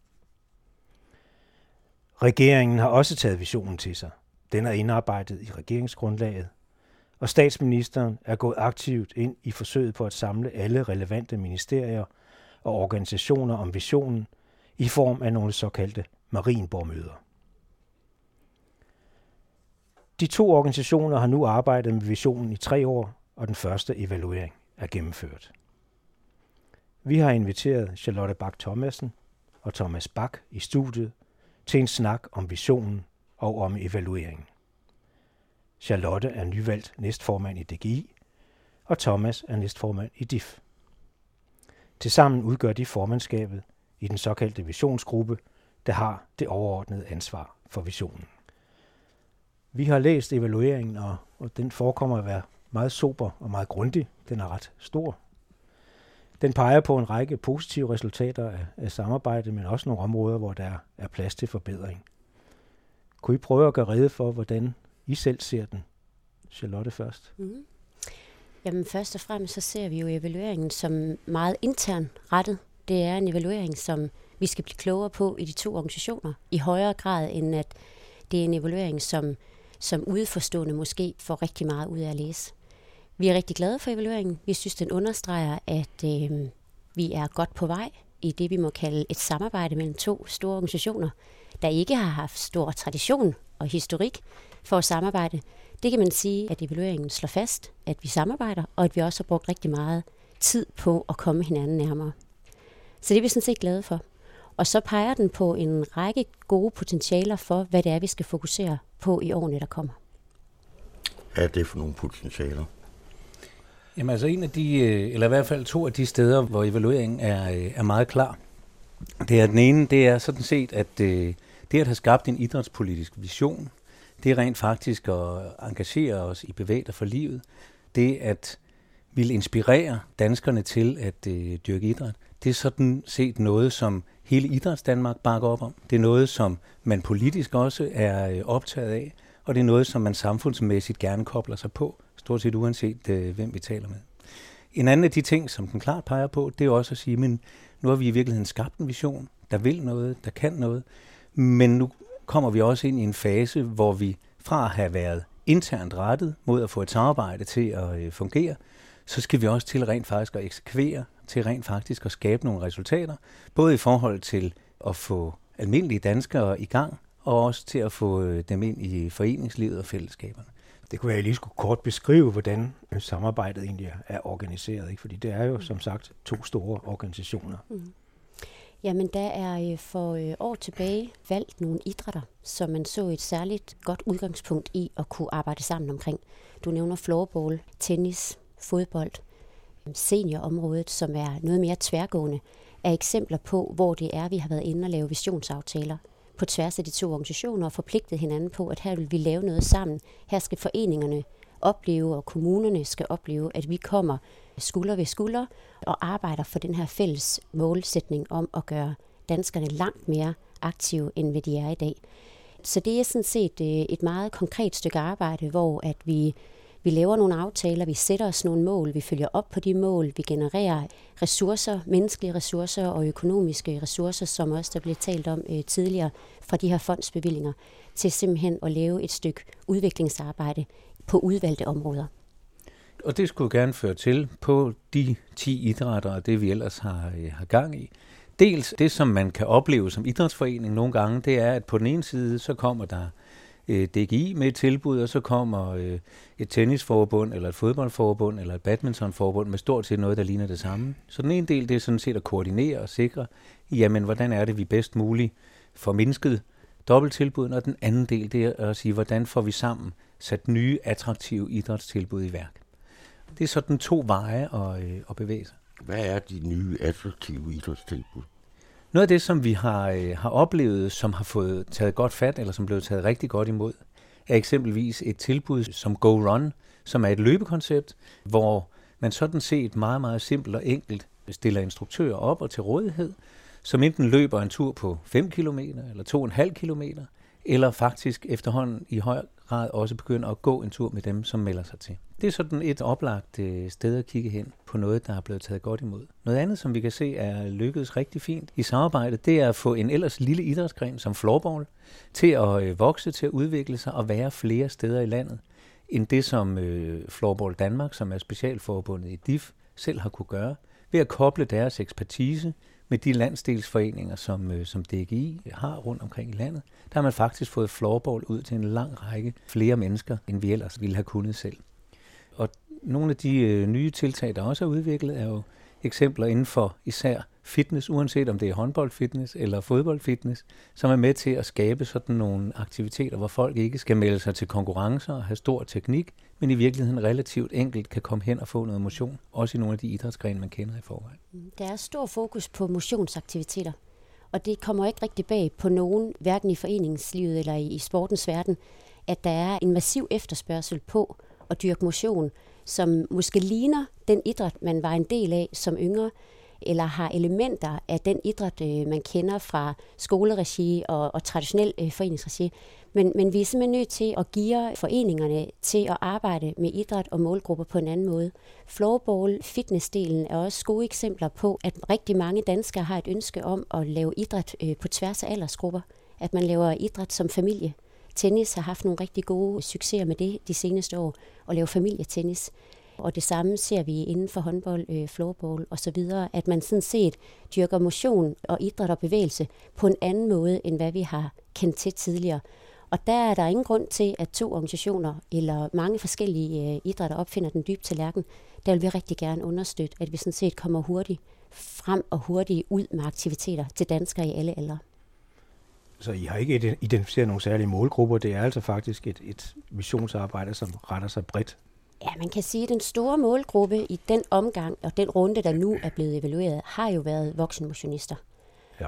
Regeringen har også taget visionen til sig. Den er indarbejdet i regeringsgrundlaget, og statsministeren er gået aktivt ind i forsøget på at samle alle relevante ministerier og organisationer om visionen i form af nogle såkaldte Marienborg-møder. De 2 organisationer har nu arbejdet med visionen i 3 år, og den første evaluering er gennemført. Vi har inviteret Charlotte Bach Thomassen og Thomas Bach i studiet til en snak om visionen og om evalueringen. Charlotte er nyvalgt næstformand i DGI, og Thomas er næstformand i DIF. Tilsammen udgør de formandskabet i den såkaldte visionsgruppe, der har det overordnede ansvar for visionen. Vi har læst evalueringen, og den forekommer at være meget sober og meget grundig. Den er ret stor. Den peger på en række positive resultater af samarbejdet, men også nogle områder, hvor der er plads til forbedring. Kunne I prøve at gøre rede for, hvordan I selv ser den? Charlotte først. Jamen først og fremmest så ser vi jo evalueringen som meget intern rettet. Det er en evaluering, som vi skal blive klogere på i de 2 organisationer, i højere grad end at det er en evaluering, som udeforstående måske får rigtig meget ud af at læse. Vi er rigtig glade for evalueringen. Vi synes, den understreger, at vi er godt på vej i det, vi må kalde et samarbejde mellem 2 store organisationer, der ikke har haft stor tradition og historik for at samarbejde. Det kan man sige, at evalueringen slår fast, at vi samarbejder, og at vi også har brugt rigtig meget tid på at komme hinanden nærmere. Så det er vi sådan set glade for. Og så peger den på en række gode potentialer for, hvad det er, vi skal fokusere på i årene, der kommer. Hvad er det for nogle potentialer? Jamen altså en af de, eller i hvert fald 2 af de steder, hvor evalueringen er meget klar. Det er den ene, det er sådan set, at det at have skabt en idrætspolitisk vision, det er rent faktisk at engagere os i Bevæg dig for livet. Det at ville inspirere danskerne til at dyrke idræt, det er sådan set noget, som hele Idrætsdanmark bakker op om. Det er noget, som man politisk også er optaget af, og det er noget, som man samfundsmæssigt gerne kobler sig på, stort set uanset hvem vi taler med. En anden af de ting, som den klart peger på, det er også at sige, men nu har vi i virkeligheden skabt en vision, der vil noget, der kan noget, men nu kommer vi også ind i en fase, hvor vi fra at have været internt rettet mod at få et samarbejde til at fungere, så skal vi også til rent faktisk at eksekvere, til rent faktisk at skabe nogle resultater, både i forhold til at få almindelige danskere i gang, og også til at få dem ind i foreningslivet og fællesskaberne. Det kunne være, at jeg lige skulle kort beskrive, hvordan samarbejdet egentlig er organiseret, ikke? Fordi det er jo som sagt 2 store organisationer. Jamen, der er for år tilbage valgt nogle idrætter, som man så et særligt godt udgangspunkt i at kunne arbejde sammen omkring. Du nævner floorball, tennis, fodbold, seniorområdet, som er noget mere tværgående, er eksempler på, hvor det er, vi har været inde og lave visionsaftaler på tværs af de 2 organisationer og forpligtet hinanden på, at her vil vi lave noget sammen. Her skal foreningerne opleve, og kommunerne skal opleve, at vi kommer skulder ved skulder og arbejder for den her fælles målsætning om at gøre danskerne langt mere aktive, end hvad de er i dag. Så det er sådan set et meget konkret stykke arbejde, hvor at vi laver nogle aftaler, vi sætter os nogle mål, vi følger op på de mål, vi genererer ressourcer, menneskelige ressourcer og økonomiske ressourcer, som også der blev talt om tidligere fra de her fondsbevillinger, til simpelthen at lave et stykke udviklingsarbejde på udvalgte områder. Og det skulle gerne føre til på de 10 idrætter, og det vi ellers har gang i. Dels det, som man kan opleve som idrætsforening nogle gange, det er, at på den ene side, så kommer der DGI med et tilbud, og så kommer et tennisforbund, eller et fodboldforbund, eller et badmintonforbund med stort set noget, der ligner det samme. Så den ene del, det er sådan set at koordinere og sikre, jamen, hvordan er det, vi bedst muligt får mindsket dobbelttilbudene, og den anden del, det er at sige, hvordan får vi sammen sat nye, attraktive idrætstilbud i værk. Det er sådan 2 veje at bevæge sig. Hvad er de nye, attraktive idrætstilbud? Noget af det, som vi har oplevet, som har fået taget godt fat, eller som blev taget rigtig godt imod, er eksempelvis et tilbud som Go Run, som er et løbekoncept, hvor man sådan set meget, meget simpelt og enkelt stiller instruktører op og til rådighed, som enten løber en tur på 5 km eller 2,5 km, eller faktisk efterhånden i høj grad også begynder at gå en tur med dem, som melder sig til. Det er sådan et oplagt sted at kigge hen på noget, der er blevet taget godt imod. Noget andet, som vi kan se er lykkedes rigtig fint i samarbejdet, det er at få en ellers lille idrætsgren som floorball til at vokse, til at udvikle sig og være flere steder i landet, end det som Floorball Danmark, som er specialforbundet i DIF, selv har kunne gøre, ved at koble deres ekspertise med de landsdelsforeninger, som DGI har rundt omkring i landet, der har man faktisk fået floorball ud til en lang række flere mennesker, end vi ellers ville have kunnet selv. Og nogle af de nye tiltag, der også er udviklet, er jo eksempler inden for især fitness, uanset om det er håndboldfitness eller fodboldfitness, som er med til at skabe sådan nogle aktiviteter, hvor folk ikke skal melde sig til konkurrencer og have stor teknik, men i virkeligheden relativt enkelt kan komme hen og få noget motion, også i nogle af de idrætsgrene, man kender i forvejen. Der er stor fokus på motionsaktiviteter, og det kommer ikke rigtig bag på nogen, hverken i foreningslivet eller i sportens verden, at der er en massiv efterspørgsel på at dyrke motion, som måske ligner den idræt, man var en del af som yngre, eller har elementer af den idræt, man kender fra skoleregi og traditionel foreningsregi. Men vi er simpelthen nødt til at geare foreningerne til at arbejde med idræt og målgrupper på en anden måde. Floorball, fitnessdelen er også gode eksempler på, at rigtig mange danskere har et ønske om at lave idræt på tværs af aldersgrupper. At man laver idræt som familie. Tennis har haft nogle rigtig gode succeser med det de seneste år, at lave familietennis. Og det samme ser vi inden for håndbold, floorball osv., at man sådan set dyrker motion og idræt og bevægelse på en anden måde, end hvad vi har kendt til tidligere. Og der er der ingen grund til, at 2 organisationer eller mange forskellige idrætter opfinder den dybe tallerken. Der vil vi rigtig gerne understøtte, at vi sådan set kommer hurtigt frem og hurtigt ud med aktiviteter til danskere i alle aldre. Så I har ikke identificeret nogle særlige målgrupper. Det er altså faktisk et missionsarbejde, som retter sig bredt. Ja, man kan sige, at den store målgruppe i den omgang og den runde, der nu er blevet evalueret, har jo været voksenmotionister. Ja.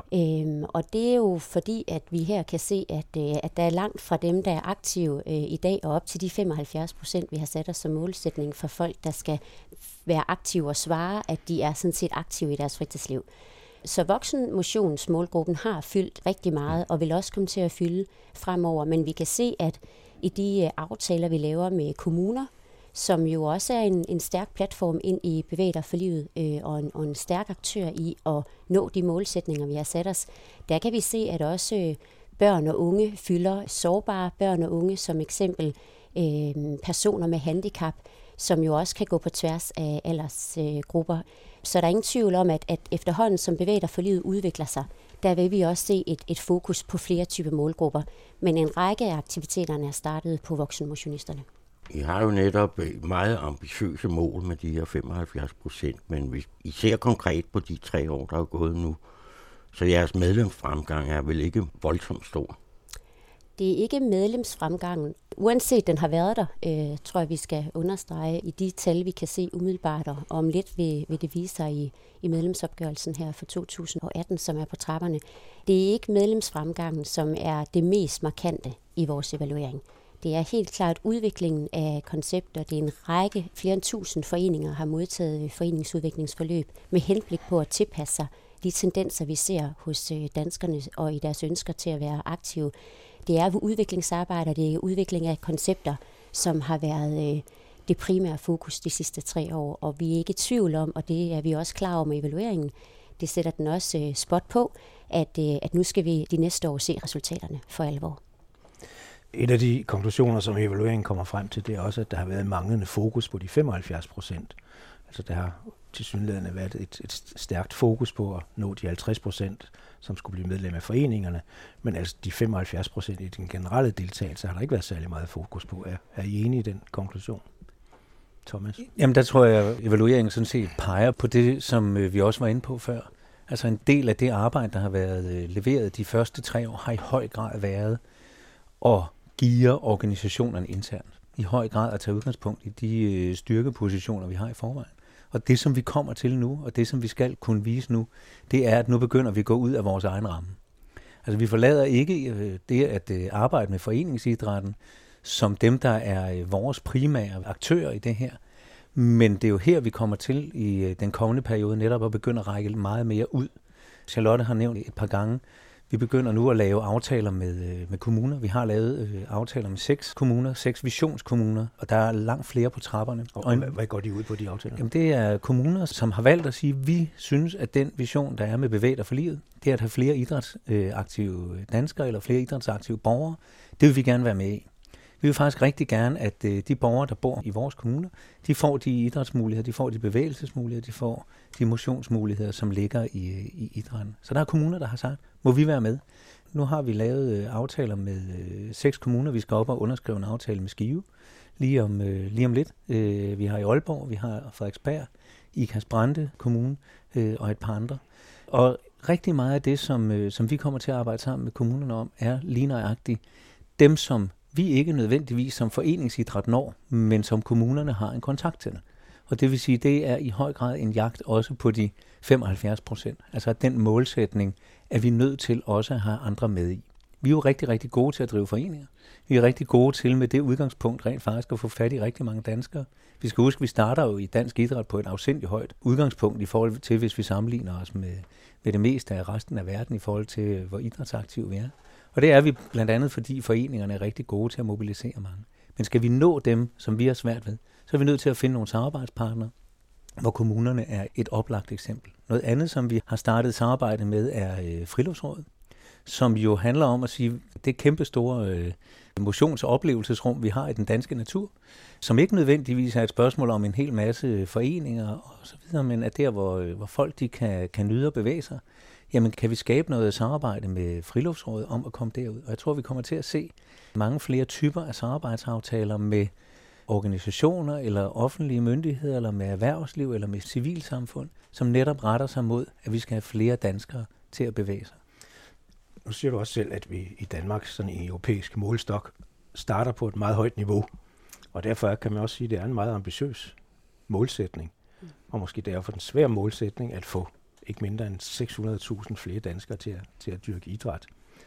Og det er jo fordi, at vi her kan se, at der er langt fra dem, der er aktive i dag, og op til de 75%, vi har sat os som målsætning for folk, der skal være aktive og svare, at de er sådan set aktive i deres fritidsliv. Så voksenmotionsmålgruppen har fyldt rigtig meget, og vil også komme til at fylde fremover. Men vi kan se, at i de aftaler, vi laver med kommuner, som jo også er en stærk platform ind i Bevæg dig for livet, og en stærk aktør i at nå de målsætninger, vi har sat os. Der kan vi se, at også børn og unge fylder sårbare børn og unge, som eksempel personer med handicap, som jo også kan gå på tværs af aldersgrupper. Så der er ingen tvivl om, at efterhånden, som Bevæg dig for livet udvikler sig, der vil vi også se et fokus på flere typer målgrupper. Men en række af aktiviteterne er startet på voksenmotionisterne. I har jo netop meget ambitiøse mål med de her 75%, men hvis I ser konkret på de 3 år, der er gået nu, så jeres medlemsfremgang er vel ikke voldsomt stor? Det er ikke medlemsfremgangen. Uanset den har været der, tror jeg, vi skal understrege i de tal, vi kan se umiddelbart, og om lidt vil det vise sig i medlemsopgørelsen her for 2018, som er på trapperne. Det er ikke medlemsfremgangen, som er det mest markante i vores evaluering. Det er helt klart udviklingen af koncepter. Det er en række, flere end 1000 foreninger har modtaget foreningsudviklingsforløb med henblik på at tilpasse sig de tendenser, vi ser hos danskerne og i deres ønsker til at være aktive. Det er udviklingsarbejder, det er udvikling af koncepter, som har været det primære fokus de sidste 3 år. Og vi er ikke i tvivl om, og det er vi også klar over med evalueringen, det sætter den også spot på, at nu skal vi de næste år se resultaterne for alvor. Et af de konklusioner, som evalueringen kommer frem til, det er også, at der har været manglende fokus på de 75%. Altså der har tilsyneladende været et stærkt fokus på at nå de 50%, som skulle blive medlem af foreningerne. Men altså de 75% i den generelle deltagelse har der ikke været særlig meget fokus på. Er I enige i den konklusion, Thomas? Jamen der tror jeg, at evalueringen sådan set peger på det, som vi også var inde på før. Altså en del af det arbejde, der har været leveret de første 3 år, har i høj grad været at geare organisationerne internt. I høj grad at tage udgangspunkt i de styrkepositioner, vi har i forvejen. Og det, som vi kommer til nu, og det, som vi skal kunne vise nu, det er, at nu begynder vi at gå ud af vores egen ramme. Altså vi forlader ikke det at arbejde med foreningsidrætten som dem, der er vores primære aktører i det her. Men det er jo her, vi kommer til i den kommende periode netop at begynde at række meget mere ud. Charlotte har nævnt et par gange, vi begynder nu at lave aftaler med kommuner. Vi har lavet aftaler med 6 kommuner, 6 visionskommuner, og der er langt flere på trapperne. Og hvad går de ud på, de aftaler? Jamen, det er kommuner, som har valgt at sige, at vi synes, at den vision, der er med Bevæg dig for livet, det er at have flere idrætsaktive danskere eller flere idrætsaktive borgere. Det vil vi gerne være med i. Vi vil faktisk rigtig gerne, at de borgere, der bor i vores kommune, de får de idrætsmuligheder, de får de bevægelsesmuligheder, de får de motionsmuligheder, som ligger i idrætten. Så der er kommuner, der har sagt, må vi være med? Nu har vi lavet aftaler med 6 kommuner. Vi skal op og underskrive en aftale med Skive lige om lidt. Vi har i Aalborg, vi har Frederiksberg, Ikast-Brande Kommune og et par andre. Og rigtig meget af det, som vi kommer til at arbejde sammen med kommunerne om, er lige nøjagtigt dem, som vi ikke nødvendigvis som foreningsidræt når, men som kommunerne har en kontakt til. Og det vil sige, det er i høj grad en jagt også på de 75%. Altså den målsætning, at vi er nødt til også at have andre med i. Vi er jo rigtig, rigtig gode til at drive foreninger. Vi er rigtig gode til med det udgangspunkt rent faktisk at få fat i rigtig mange danskere. Vi skal huske, at vi starter jo i dansk idræt på et afsindigt højt udgangspunkt i forhold til, hvis vi sammenligner os med det meste af resten af verden i forhold til, hvor idrætsaktive vi er. Og det er vi blandt andet, fordi foreningerne er rigtig gode til at mobilisere mange. Men skal vi nå dem, som vi har svært ved, så er vi nødt til at finde nogle samarbejdspartnere, hvor kommunerne er et oplagt eksempel. Noget andet, som vi har startet samarbejde med, er Friluftsrådet, som jo handler om at sige, det kæmpe store motions- og oplevelsesrum, vi har i den danske natur, som ikke nødvendigvis er et spørgsmål om en hel masse foreninger og så videre, men at der, hvor folk de kan nyde og bevæge sig, jamen kan vi skabe noget samarbejde med Friluftsrådet om at komme derud. Og jeg tror, vi kommer til at se mange flere typer af samarbejdsaftaler med organisationer eller offentlige myndigheder, eller med erhvervsliv eller med civilsamfund, som netop retter sig mod, at vi skal have flere danskere til at bevæge sig. Nu siger du også selv, at vi i Danmark, sådan i europæisk målestok, starter på et meget højt niveau. Og derfor kan man også sige, at det er en meget ambitiøs målsætning. Og måske derfor en svær målsætning at få ikke mindre end 600.000 flere danskere til at dyrke idræt.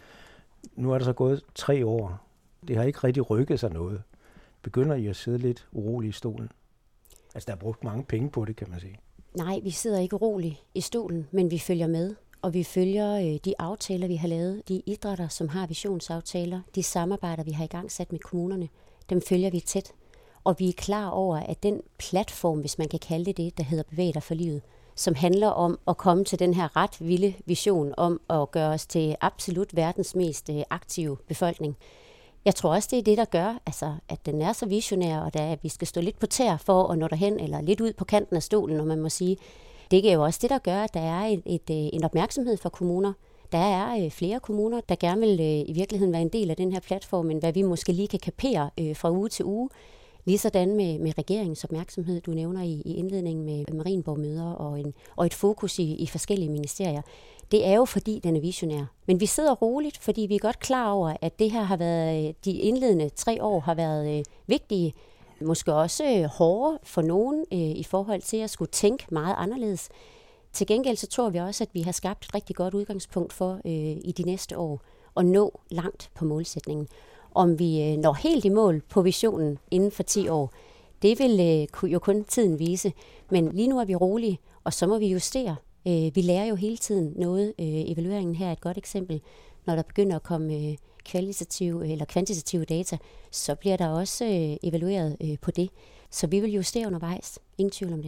Nu er der så gået 3 år. Det har ikke rigtig rykket sig noget. Begynder I at sidde lidt uroligt i stolen? Altså, der er brugt mange penge på det, kan man sige. Nej, vi sidder ikke uroligt i stolen, men vi følger med. Og vi følger de aftaler, vi har lavet, de idrætter, som har visionsaftaler, de samarbejder, vi har i gang sat med kommunerne, dem følger vi tæt. Og vi er klar over, at den platform, hvis man kan kalde det, der hedder Bevæg dig for livet, som handler om at komme til den her ret vilde vision om at gøre os til absolut verdens mest aktive befolkning. Jeg tror også, det er det, der gør, altså, at den er så visionær, og at vi skal stå lidt på tær for at nå derhen, eller lidt ud på kanten af stolen, når man må sige. Det er jo også det, der gør, at der er en opmærksomhed for kommuner. Der er flere kommuner, der gerne vil i virkeligheden være en del af den her platform, end hvad vi måske lige kan kapere fra uge til uge. Ligesådan med regeringens opmærksomhed, du nævner i indledningen med Marienborg-møder og et fokus i forskellige ministerier. Det er jo fordi, den er visionær. Men vi sidder roligt, fordi vi er godt klar over, at det her har været, de indledende 3 år har været vigtige. Måske også hårde for nogen i forhold til at skulle tænke meget anderledes. Til gengæld så tror vi også, at vi har skabt et rigtig godt udgangspunkt for i de næste år at nå langt på målsætningen. Om vi når helt i mål på visionen inden for 10 år, det vil jo kun tiden vise. Men lige nu er vi rolige, og så må vi justere. Vi lærer jo hele tiden noget. Evalueringen her er et godt eksempel. Når der begynder at komme kvalitative eller kvantitative data, så bliver der også evalueret på det. Så vi vil justere undervejs. Ingen tvivl om det.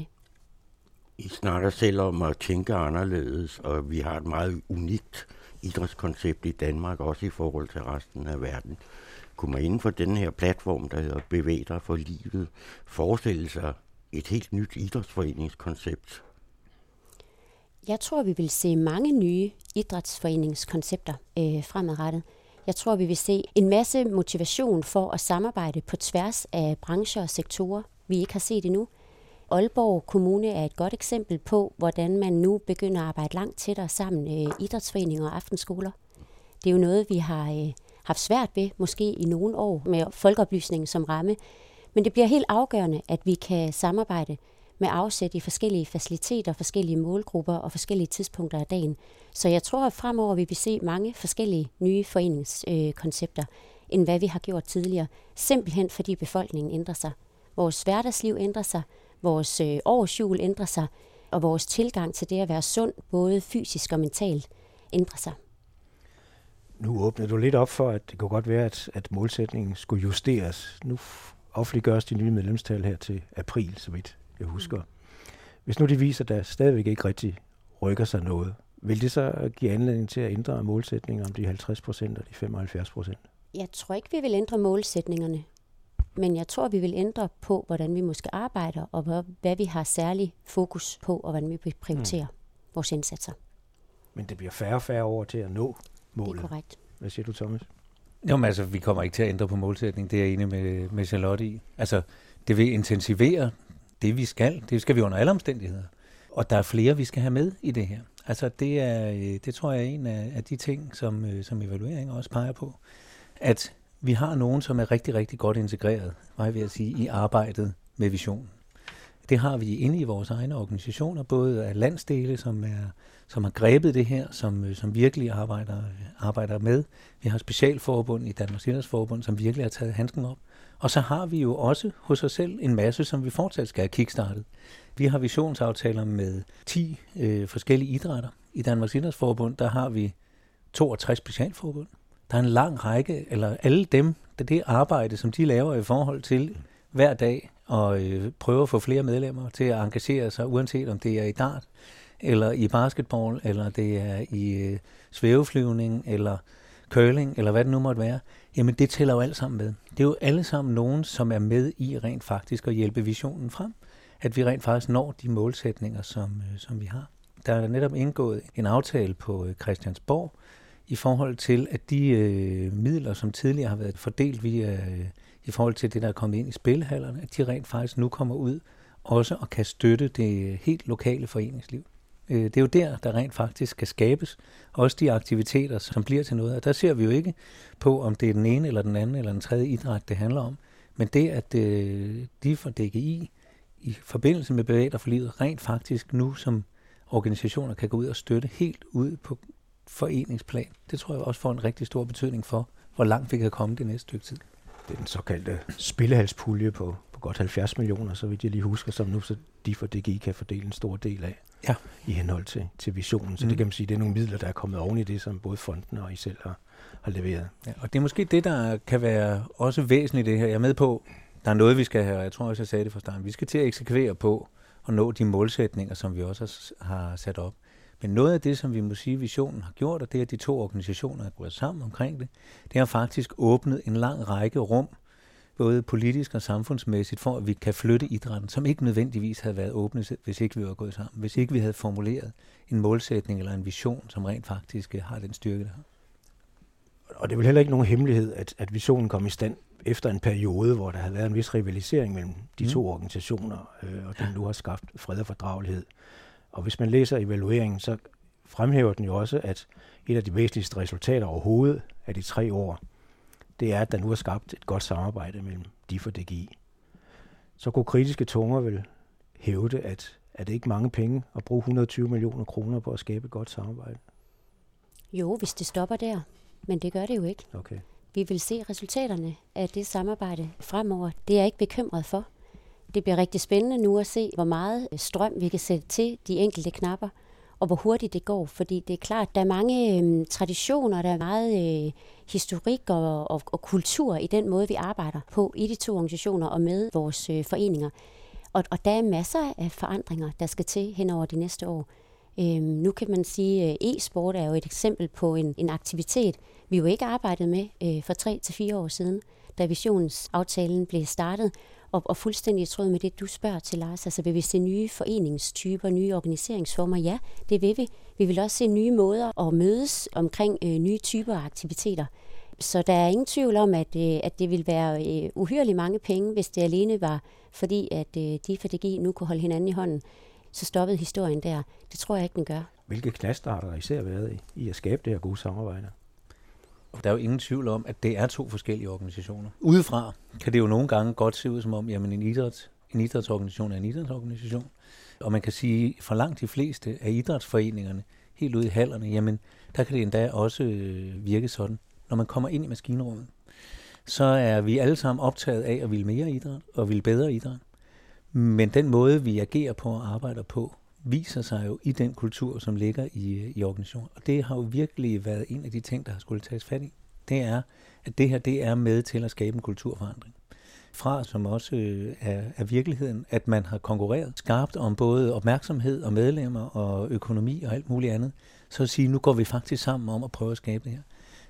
I snakker selv om at tænke anderledes, og vi har et meget unikt idrætskoncept i Danmark, også i forhold til resten af verden. Kunne man inden for den her platform, der hedder Bevæg dig for livet, forestille sig et helt nyt idrætsforeningskoncept? Jeg tror, vi vil se mange nye idrætsforeningskoncepter fremadrettet. Jeg tror, vi vil se en masse motivation for at samarbejde på tværs af brancher og sektorer, vi ikke har set endnu. Aalborg Kommune er et godt eksempel på, hvordan man nu begynder at arbejde langt tættere sammen, idrætsforeninger og aftenskoler. Det er jo noget, vi har haft svært ved, måske i nogle år, med folkeoplysningen som ramme. Men det bliver helt afgørende, at vi kan samarbejde med afsæt i forskellige faciliteter, forskellige målgrupper og forskellige tidspunkter af dagen. Så jeg tror, at fremover vi vil se mange forskellige nye foreningskoncepter, end hvad vi har gjort tidligere. Simpelthen fordi befolkningen ændrer sig. Vores hverdagsliv ændrer sig, vores årshjul ændrer sig, og vores tilgang til det at være sund, både fysisk og mentalt, ændrer sig. Nu åbner du lidt op for, at det kunne godt være, at målsætningen skulle justeres. Nu offentliggøres de nye medlemstal her til april, så vidt jeg husker. Hvis nu de viser, at der stadigvæk ikke rigtig rykker sig noget, vil det så give anledning til at ændre målsætningen om de 50% og de 75%? Jeg tror ikke, vi vil ændre målsætningerne. Men jeg tror, vi vil ændre på, hvordan vi måske arbejder, og hvad vi har særlig fokus på, og hvordan vi prioriterer vores indsatser. Men det bliver færre og færre år til at nå målet. Det er korrekt. Hvad siger du, Thomas? Jo, men altså, vi kommer ikke til at ændre på målsætningen. Det er jeg enig med Charlotte i. Altså, det vil intensivere det, vi skal. Det skal vi under alle omstændigheder. Og der er flere, vi skal have med i det her. Altså, det tror jeg er en af de ting, som evaluering også peger på. At vi har nogen, som er rigtig, rigtig godt integreret, hvad vil jeg sige, i arbejdet med visionen. Det har vi inde i vores egne organisationer, både af landsdele, som har grebet det her, som virkelig arbejder med. Vi har specialforbund i Danmarks Idrætsforbund, som virkelig har taget handsken op. Og så har vi jo også hos os selv en masse, som vi fortsat skal have kickstartet. Vi har visionsaftaler med 10 forskellige idrætter. I Danmarks Idrætsforbund, der har vi 62 specialforbund. Der er en lang række, eller alle dem, det arbejde, som de laver i forhold til hver dag, og prøve at få flere medlemmer til at engagere sig, uanset om det er i dart, eller i basketball, eller det er i svæveflyvning, eller curling, eller hvad det nu måtte være. Jamen det tæller jo alt sammen med. Det er jo alle sammen nogen, som er med i rent faktisk at hjælpe visionen frem. At vi rent faktisk når de målsætninger, som vi har. Der er netop indgået en aftale på Christiansborg, i forhold til, at de midler, som tidligere har været fordelt i forhold til det, der er kommet ind i spillehallerne, at de rent faktisk nu kommer ud også og kan støtte det helt lokale foreningsliv. Det er jo der rent faktisk skal skabes, også de aktiviteter, som bliver til noget. Og der ser vi jo ikke på, om det er den ene eller den anden eller den tredje idræt, det handler om. Men det, at de fra DGI i forbindelse med Bevægelser for Livet rent faktisk nu som organisationer kan gå ud og støtte helt ud på foreningsplan. Det tror jeg også får en rigtig stor betydning for, hvor langt vi kan komme det næste stykke tid. Det er den såkaldte spillehalspulje på godt 70 millioner, så vidt jeg lige husker, som nu så de for DGI kan fordele en stor del af i henhold til visionen. Så det kan man sige, det er nogle midler, der er kommet oven i det, som både fonden og I selv har leveret. Ja, og det er måske det, der kan være også væsentligt i det her. Jeg er med på, der er noget, vi skal have, og jeg tror også, jeg sagde det fra starten. Vi skal til at eksekvere på og nå de målsætninger, som vi også har sat op. Men noget af det, som vi må sige, visionen har gjort, og det er, at de 2 organisationer er gået sammen omkring det, det har faktisk åbnet en lang række rum, både politisk og samfundsmæssigt, for at vi kan flytte idrætten, som ikke nødvendigvis havde været åbnet, hvis ikke vi var gået sammen. Hvis ikke vi havde formuleret en målsætning eller en vision, som rent faktisk har den styrke, der har. Og det er vel heller ikke nogen hemmelighed, at visionen kom i stand efter en periode, hvor der havde været en vis rivalisering mellem de 2 organisationer, og den nu har skabt fred og fordragelighed. Og hvis man læser evalueringen, så fremhæver den jo også, at et af de væsentligste resultater overhovedet af de 3 år, det er, at der nu er skabt et godt samarbejde mellem DIF og DGI. Så kunne kritiske tunger vel hævde, at det ikke mange penge at bruge 120 millioner kroner på at skabe et godt samarbejde? Jo, hvis det stopper der. Men det gør det jo ikke. Okay. Vi vil se resultaterne af det samarbejde fremover. Det er jeg ikke bekymret for. Det bliver rigtig spændende nu at se, hvor meget strøm vi kan sætte til de enkelte knapper, og hvor hurtigt det går. Fordi det er klart, der er mange traditioner, der er meget historik og kultur i den måde, vi arbejder på i de 2 organisationer og med vores foreninger. Og der er masser af forandringer, der skal til hen over de næste år. Nu kan man sige, at e-sport er jo et eksempel på en aktivitet, vi jo ikke arbejdede med for 3 til 4 år siden, da visionsaftalen blev startet. Og fuldstændig i tråd med det, du spørger til, Lars. Altså vil vi se nye foreningstyper, nye organiseringsformer? Ja, det vil vi. Vi vil også se nye måder at mødes omkring nye typer af aktiviteter. Så der er ingen tvivl om, at det vil være uhyrligt mange penge, hvis det alene var fordi, at de for DGI nu kunne holde hinanden i hånden. Så stoppede historien der. Det tror jeg ikke, den gør. Hvilke knaster har der især været i at skabe det her gode samarbejde? Der er jo ingen tvivl om, at det er 2 forskellige organisationer. Udefra kan det jo nogle gange godt se ud som om, jamen en idrætsorganisation er en idrætsorganisation. Og man kan sige, for langt de fleste af idrætsforeningerne, helt ude i hallerne, jamen der kan det endda også virke sådan. Når man kommer ind i maskinrummet, så er vi alle sammen optaget af at ville mere idræt og ville bedre idræt. Men den måde, vi agerer på og arbejder på, viser sig jo i den kultur, som ligger i organisationen. Og det har jo virkelig været en af de ting, der har skulle tages fat i. Det er, at det her det er med til at skabe en kulturforandring. Fra, som også er virkeligheden, at man har konkurreret skarpt om både opmærksomhed og medlemmer og økonomi og alt muligt andet. Så at sige, nu går vi faktisk sammen om at prøve at skabe det her.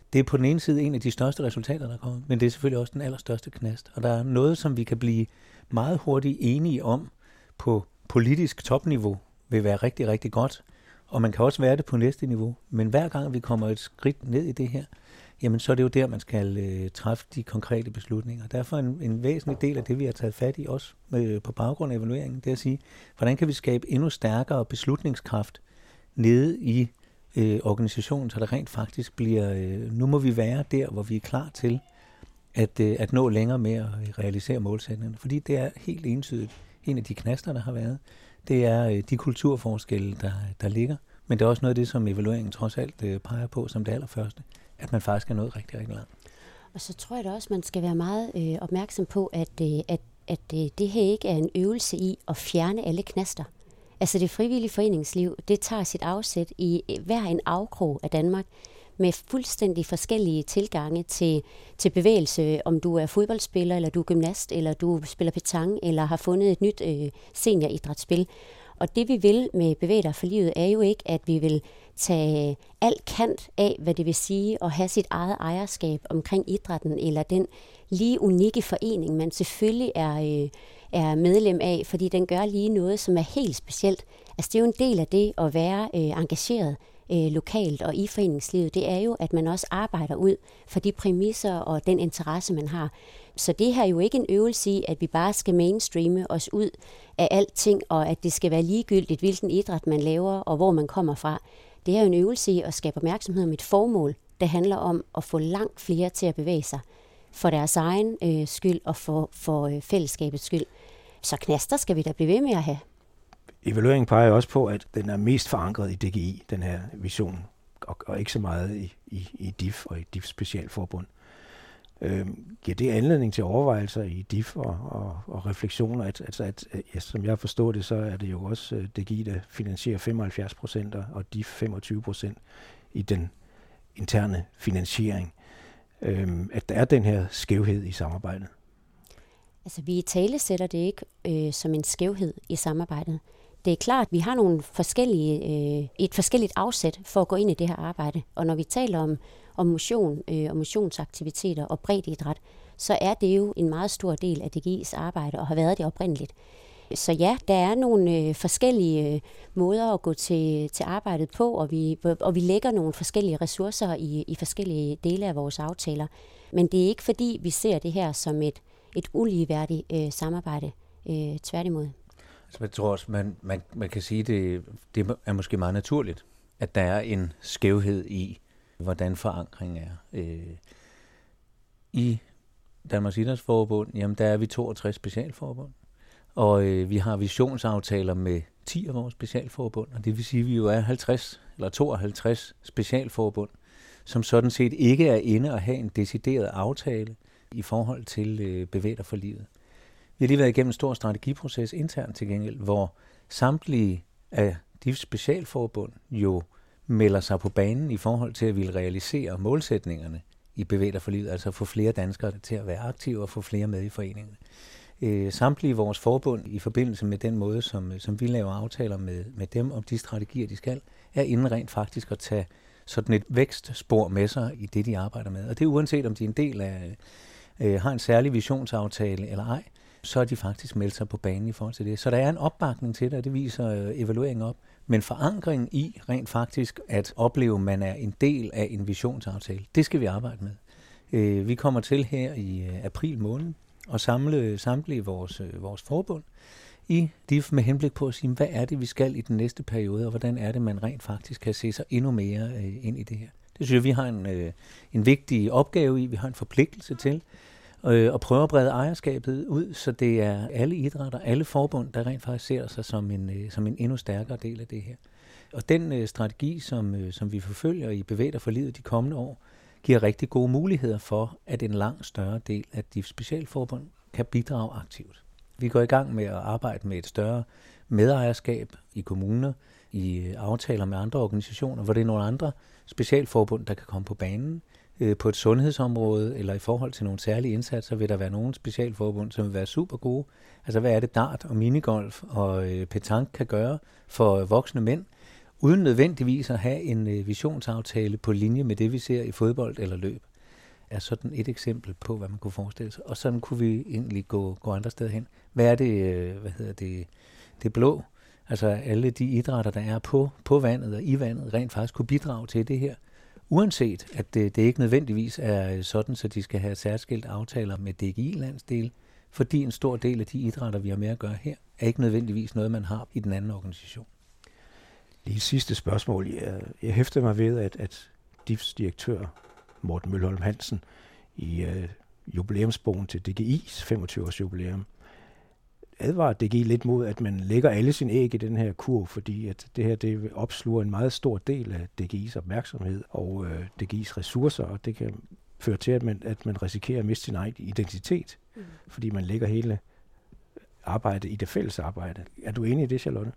Det er på den ene side en af de største resultater, der kommer, men det er selvfølgelig også den allerstørste knast. Og der er noget, som vi kan blive meget hurtigt enige om på politisk topniveau, vil være rigtig, rigtig godt. Og man kan også være det på næste niveau. Men hver gang vi kommer et skridt ned i det her, jamen så er det jo der, man skal træffe de konkrete beslutninger. Derfor en væsentlig del af det, vi har taget fat i også på baggrund af evalueringen, det er at sige, hvordan kan vi skabe endnu stærkere beslutningskraft nede i organisationen, så der rent faktisk bliver, nu må vi være der, hvor vi er klar til at nå længere med at realisere målsætningerne. Fordi det er helt entydigt en af de knaster, der har været. Det er de kulturforskelle, der ligger. Men det er også noget af det, som evalueringen trods alt peger på som det allerførste, at man faktisk er nået rigtig, rigtig langt. Og så tror jeg da også, man skal være meget opmærksom på, at det her ikke er en øvelse i at fjerne alle knaster. Altså det frivillige foreningsliv, det tager sit afsæt i hver en afkrog af Danmark, med fuldstændig forskellige tilgange til bevægelse, om du er fodboldspiller, eller du er gymnast, eller du spiller petanque, eller har fundet et nyt senioridrætsspil. Og det vi vil med Bevæg dig for livet, er jo ikke, at vi vil tage alt kant af, hvad det vil sige at have sit eget ejerskab omkring idrætten, eller den lige unikke forening, man selvfølgelig er medlem af, fordi den gør lige noget, som er helt specielt. Altså det er jo en del af det at være engageret lokalt og i foreningslivet, det er jo, at man også arbejder ud for de præmisser og den interesse, man har. Så det her er jo ikke en øvelse i, at vi bare skal mainstreame os ud af alting, og at det skal være ligegyldigt, hvilken idræt man laver, og hvor man kommer fra. Det er jo en øvelse i at skabe opmærksomhed om et formål, der handler om at få langt flere til at bevæge sig for deres egen skyld og for fællesskabets skyld. Så knaster skal vi da blive ved med at have. Evalueringen peger også på, at den er mest forankret i DGI, den her vision, og ikke så meget i DIF og i DIF Specialforbund. Giver det anledning til overvejelser i DIF og refleksioner, at som jeg forstår det, så er det jo også DGI, der finansierer 75% og DIF 25% i den interne finansiering. At der er den her skævhed i samarbejdet. Altså vi italesætter det ikke som en skævhed i samarbejdet. Det er klart, at vi har nogle et forskelligt afsæt for at gå ind i det her arbejde. Og når vi taler om motion og motionsaktiviteter og breddeidræt, så er det jo en meget stor del af DGI's arbejde og har været det oprindeligt. Så ja, der er nogle forskellige måder at gå til arbejdet på, og vi lægger nogle forskellige ressourcer i forskellige dele af vores aftaler. Men det er ikke fordi, vi ser det her som et uligeværdigt samarbejde, tværtimod. Altså, jeg tror også, man kan sige, det er måske meget naturligt, at der er en skævhed i, hvordan forankringen er. I Danmarks Idrætsforbund, jamen der er vi 62 specialforbund, og vi har visionsaftaler med 10 af vores specialforbund, og det vil sige, at vi jo er 50 eller 52 specialforbund, som sådan set ikke er inde og have en decideret aftale i forhold til Bevæg dig for livet. Vi har lige været igennem en stor strategiproces internt til gengæld, hvor samtlige af de specialforbund jo melder sig på banen i forhold til at ville realisere målsætningerne i Bevæg dig for livet, altså få flere danskere til at være aktive og få flere med i foreningerne. Samtlige vores forbund i forbindelse med den måde, som vi laver aftaler med dem om de strategier, de skal, er inden rent faktisk at tage sådan et vækstspor med sig i det, de arbejder med. Og det er uanset om de er en del af, har en særlig visionsaftale eller ej, så er de faktisk meldt sig på banen i forhold til det. Så der er en opbakning til det, og det viser evalueringen op. Men forankringen i rent faktisk at opleve, at man er en del af en visionsaftale, det skal vi arbejde med. Vi kommer til her i april måned og samle samtlige vores forbund i DIF med henblik på at sige, hvad er det, vi skal i den næste periode, og hvordan er det, man rent faktisk kan se sig endnu mere ind i det her. Det synes jeg, vi har en vigtig opgave i, vi har en forpligtelse til, og prøve at brede ejerskabet ud, så det er alle idrætter, alle forbund, der rent faktisk ser sig som en endnu stærkere del af det her. Og den strategi, som vi forfølger i Bevæg dig for livet de kommende år, giver rigtig gode muligheder for, at en langt større del af de specialforbund kan bidrage aktivt. Vi går i gang med at arbejde med et større medejerskab i kommuner, i aftaler med andre organisationer, hvor det er nogle andre specialforbund, der kan komme på banen. På et sundhedsområde eller i forhold til nogle særlige indsatser vil der være nogle specialforbund, som vil være super gode. Altså hvad er det dart og minigolf og petanque kan gøre for voksne mænd, uden nødvendigvis at have en visionsaftale på linje med det, vi ser i fodbold eller løb, er sådan et eksempel på, hvad man kunne forestille sig. Og sådan kunne vi egentlig gå andre steder hen. Hvad er det, det blå? Altså alle de idrætter, der er på vandet og i vandet, rent faktisk kunne bidrage til det her. Uanset at det ikke nødvendigvis er sådan, så de skal have særskilt aftaler med DGI-landsdel, fordi en stor del af de idrætter, vi har med at gøre her, er ikke nødvendigvis noget, man har i den anden organisation. Lige sidste spørgsmål. Jeg hæfter mig ved, at DIF's direktør, Morten Mølholm Hansen, i jubilæumsbogen til DGI's 25-års jubilæum, advarer DGI lidt mod, at man lægger alle sine æg i den her kurv, fordi at det her det opsluger en meget stor del af DGI's opmærksomhed og DGI's ressourcer, og det kan føre til, at man risikerer at miste sin egen identitet, fordi man lægger hele arbejdet i det fælles arbejde. Er du enig i det, Charlotte?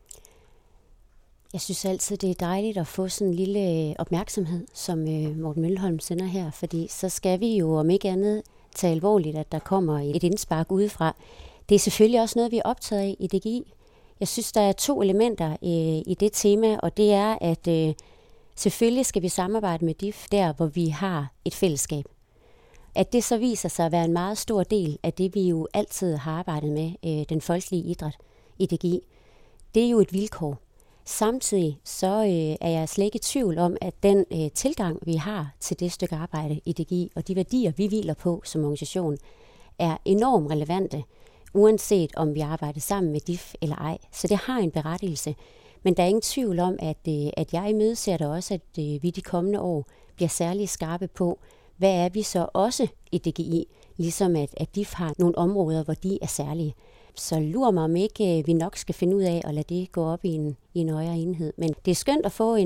Jeg synes altid, det er dejligt at få sådan en lille opmærksomhed, som Morten Mølholm sender her, fordi så skal vi jo om ikke andet tage alvorligt, at der kommer et indspark udefra. Det er selvfølgelig også noget, vi er optaget af i DGI. Jeg synes, der er 2 elementer i det tema, og det er, at selvfølgelig skal vi samarbejde med DIF der, hvor vi har et fællesskab. At det så viser sig at være en meget stor del af det, vi jo altid har arbejdet med, den folkelige idræt i DGI. Det er jo et vilkår. Samtidig så er jeg slet ikke i tvivl om, at den tilgang, vi har til det stykke arbejde i DGI, og de værdier, vi hviler på som organisation, er enormt relevante, uanset om vi arbejder sammen med DIF eller ej. Så det har en berettigelse. Men der er ingen tvivl om, at jeg imødeser det også, at vi de kommende år bliver særlig skarpe på, hvad er vi så også i DGI, ligesom at DIF har nogle områder, hvor de er særlige. Så lurer mig om ikke, vi nok skal finde ud af at lade det gå op i en højere enhed. Men det er skønt at få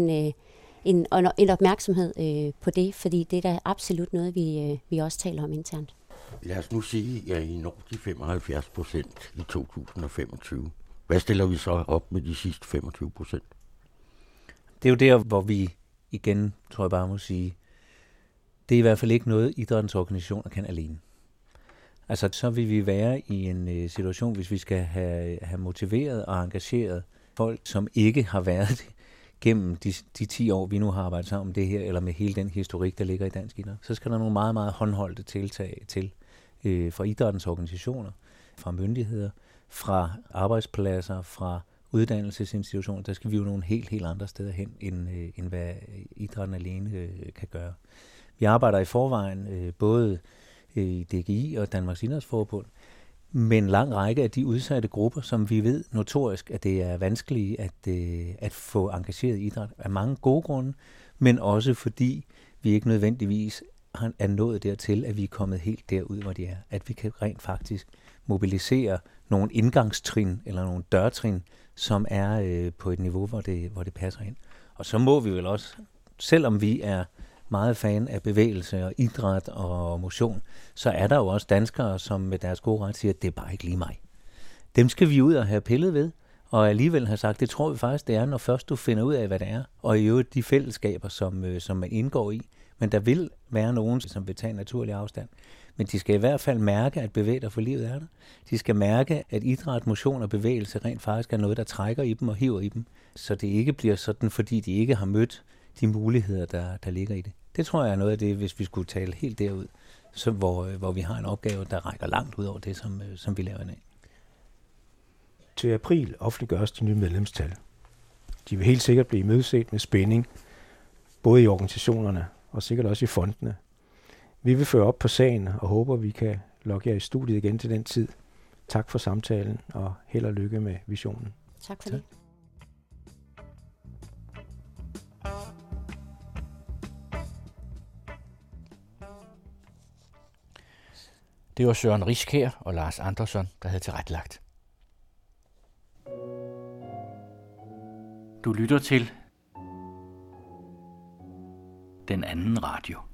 en opmærksomhed på det, fordi det er da absolut noget, vi også taler om internt. Lad os nu sige, at I når de 75% i 2025. Hvad stiller vi så op med de sidste 25%? Det er jo der, hvor vi igen, tror jeg bare må sige, det er i hvert fald ikke noget, idrættens organisationer kan alene. Altså, så vil vi være i en situation, hvis vi skal have motiveret og engageret folk, som ikke har været det gennem de 10 år, vi nu har arbejdet sammen om det her, eller med hele den historik, der ligger i dansk idræt. Så skal der nogle meget, meget håndholdte tiltag til fra idrættens organisationer, fra myndigheder, fra arbejdspladser, fra uddannelsesinstitutioner. Der skal vi jo nogle helt andre steder hen, end hvad idrætten alene kan gøre. Vi arbejder i forvejen både i DGI og Danmarks Idrætsforbund, med en lang række af de udsatte grupper, som vi ved notorisk, at det er vanskeligt at få engageret i idræt af mange gode grunde, men også fordi vi ikke nødvendigvis er nået dertil, at vi er kommet helt derud, hvor de er. At vi kan rent faktisk mobilisere nogle indgangstrin eller nogle dørtrin, som er på et niveau, hvor det passer ind. Og så må vi vel også, selvom vi er meget fan af bevægelse og idræt og motion, så er der jo også danskere, som med deres gode ret siger, at det er bare ikke lige mig. Dem skal vi ud og have pillet ved, og alligevel have sagt, det tror vi faktisk, det er, når først du finder ud af, hvad det er, og i øvrigt de fællesskaber, som man indgår i. Men der vil være nogen, som vil tage en naturlig afstand. Men de skal i hvert fald mærke, at bevæge for livet er der. De skal mærke, at idræt, motion og bevægelse rent faktisk er noget, der trækker i dem og hiver i dem. Så det ikke bliver sådan, fordi de ikke har mødt de muligheder, der ligger i det. Det tror jeg er noget af det, hvis vi skulle tale helt derud, så hvor vi har en opgave, der rækker langt ud over det, som vi laver i dag. Til april offentliggøres de nye medlemstal. De vil helt sikkert blive imødeset med spænding, både i organisationerne og sikkert også i fondene. Vi vil føre op på sagen og håber, vi kan lokke jer i studiet igen til den tid. Tak for samtalen, og held og lykke med visionen. Tak for det. Det var Søren Riskær og Lars Andersson, der havde tilrettelagt. Du lytter til Den Anden Radio.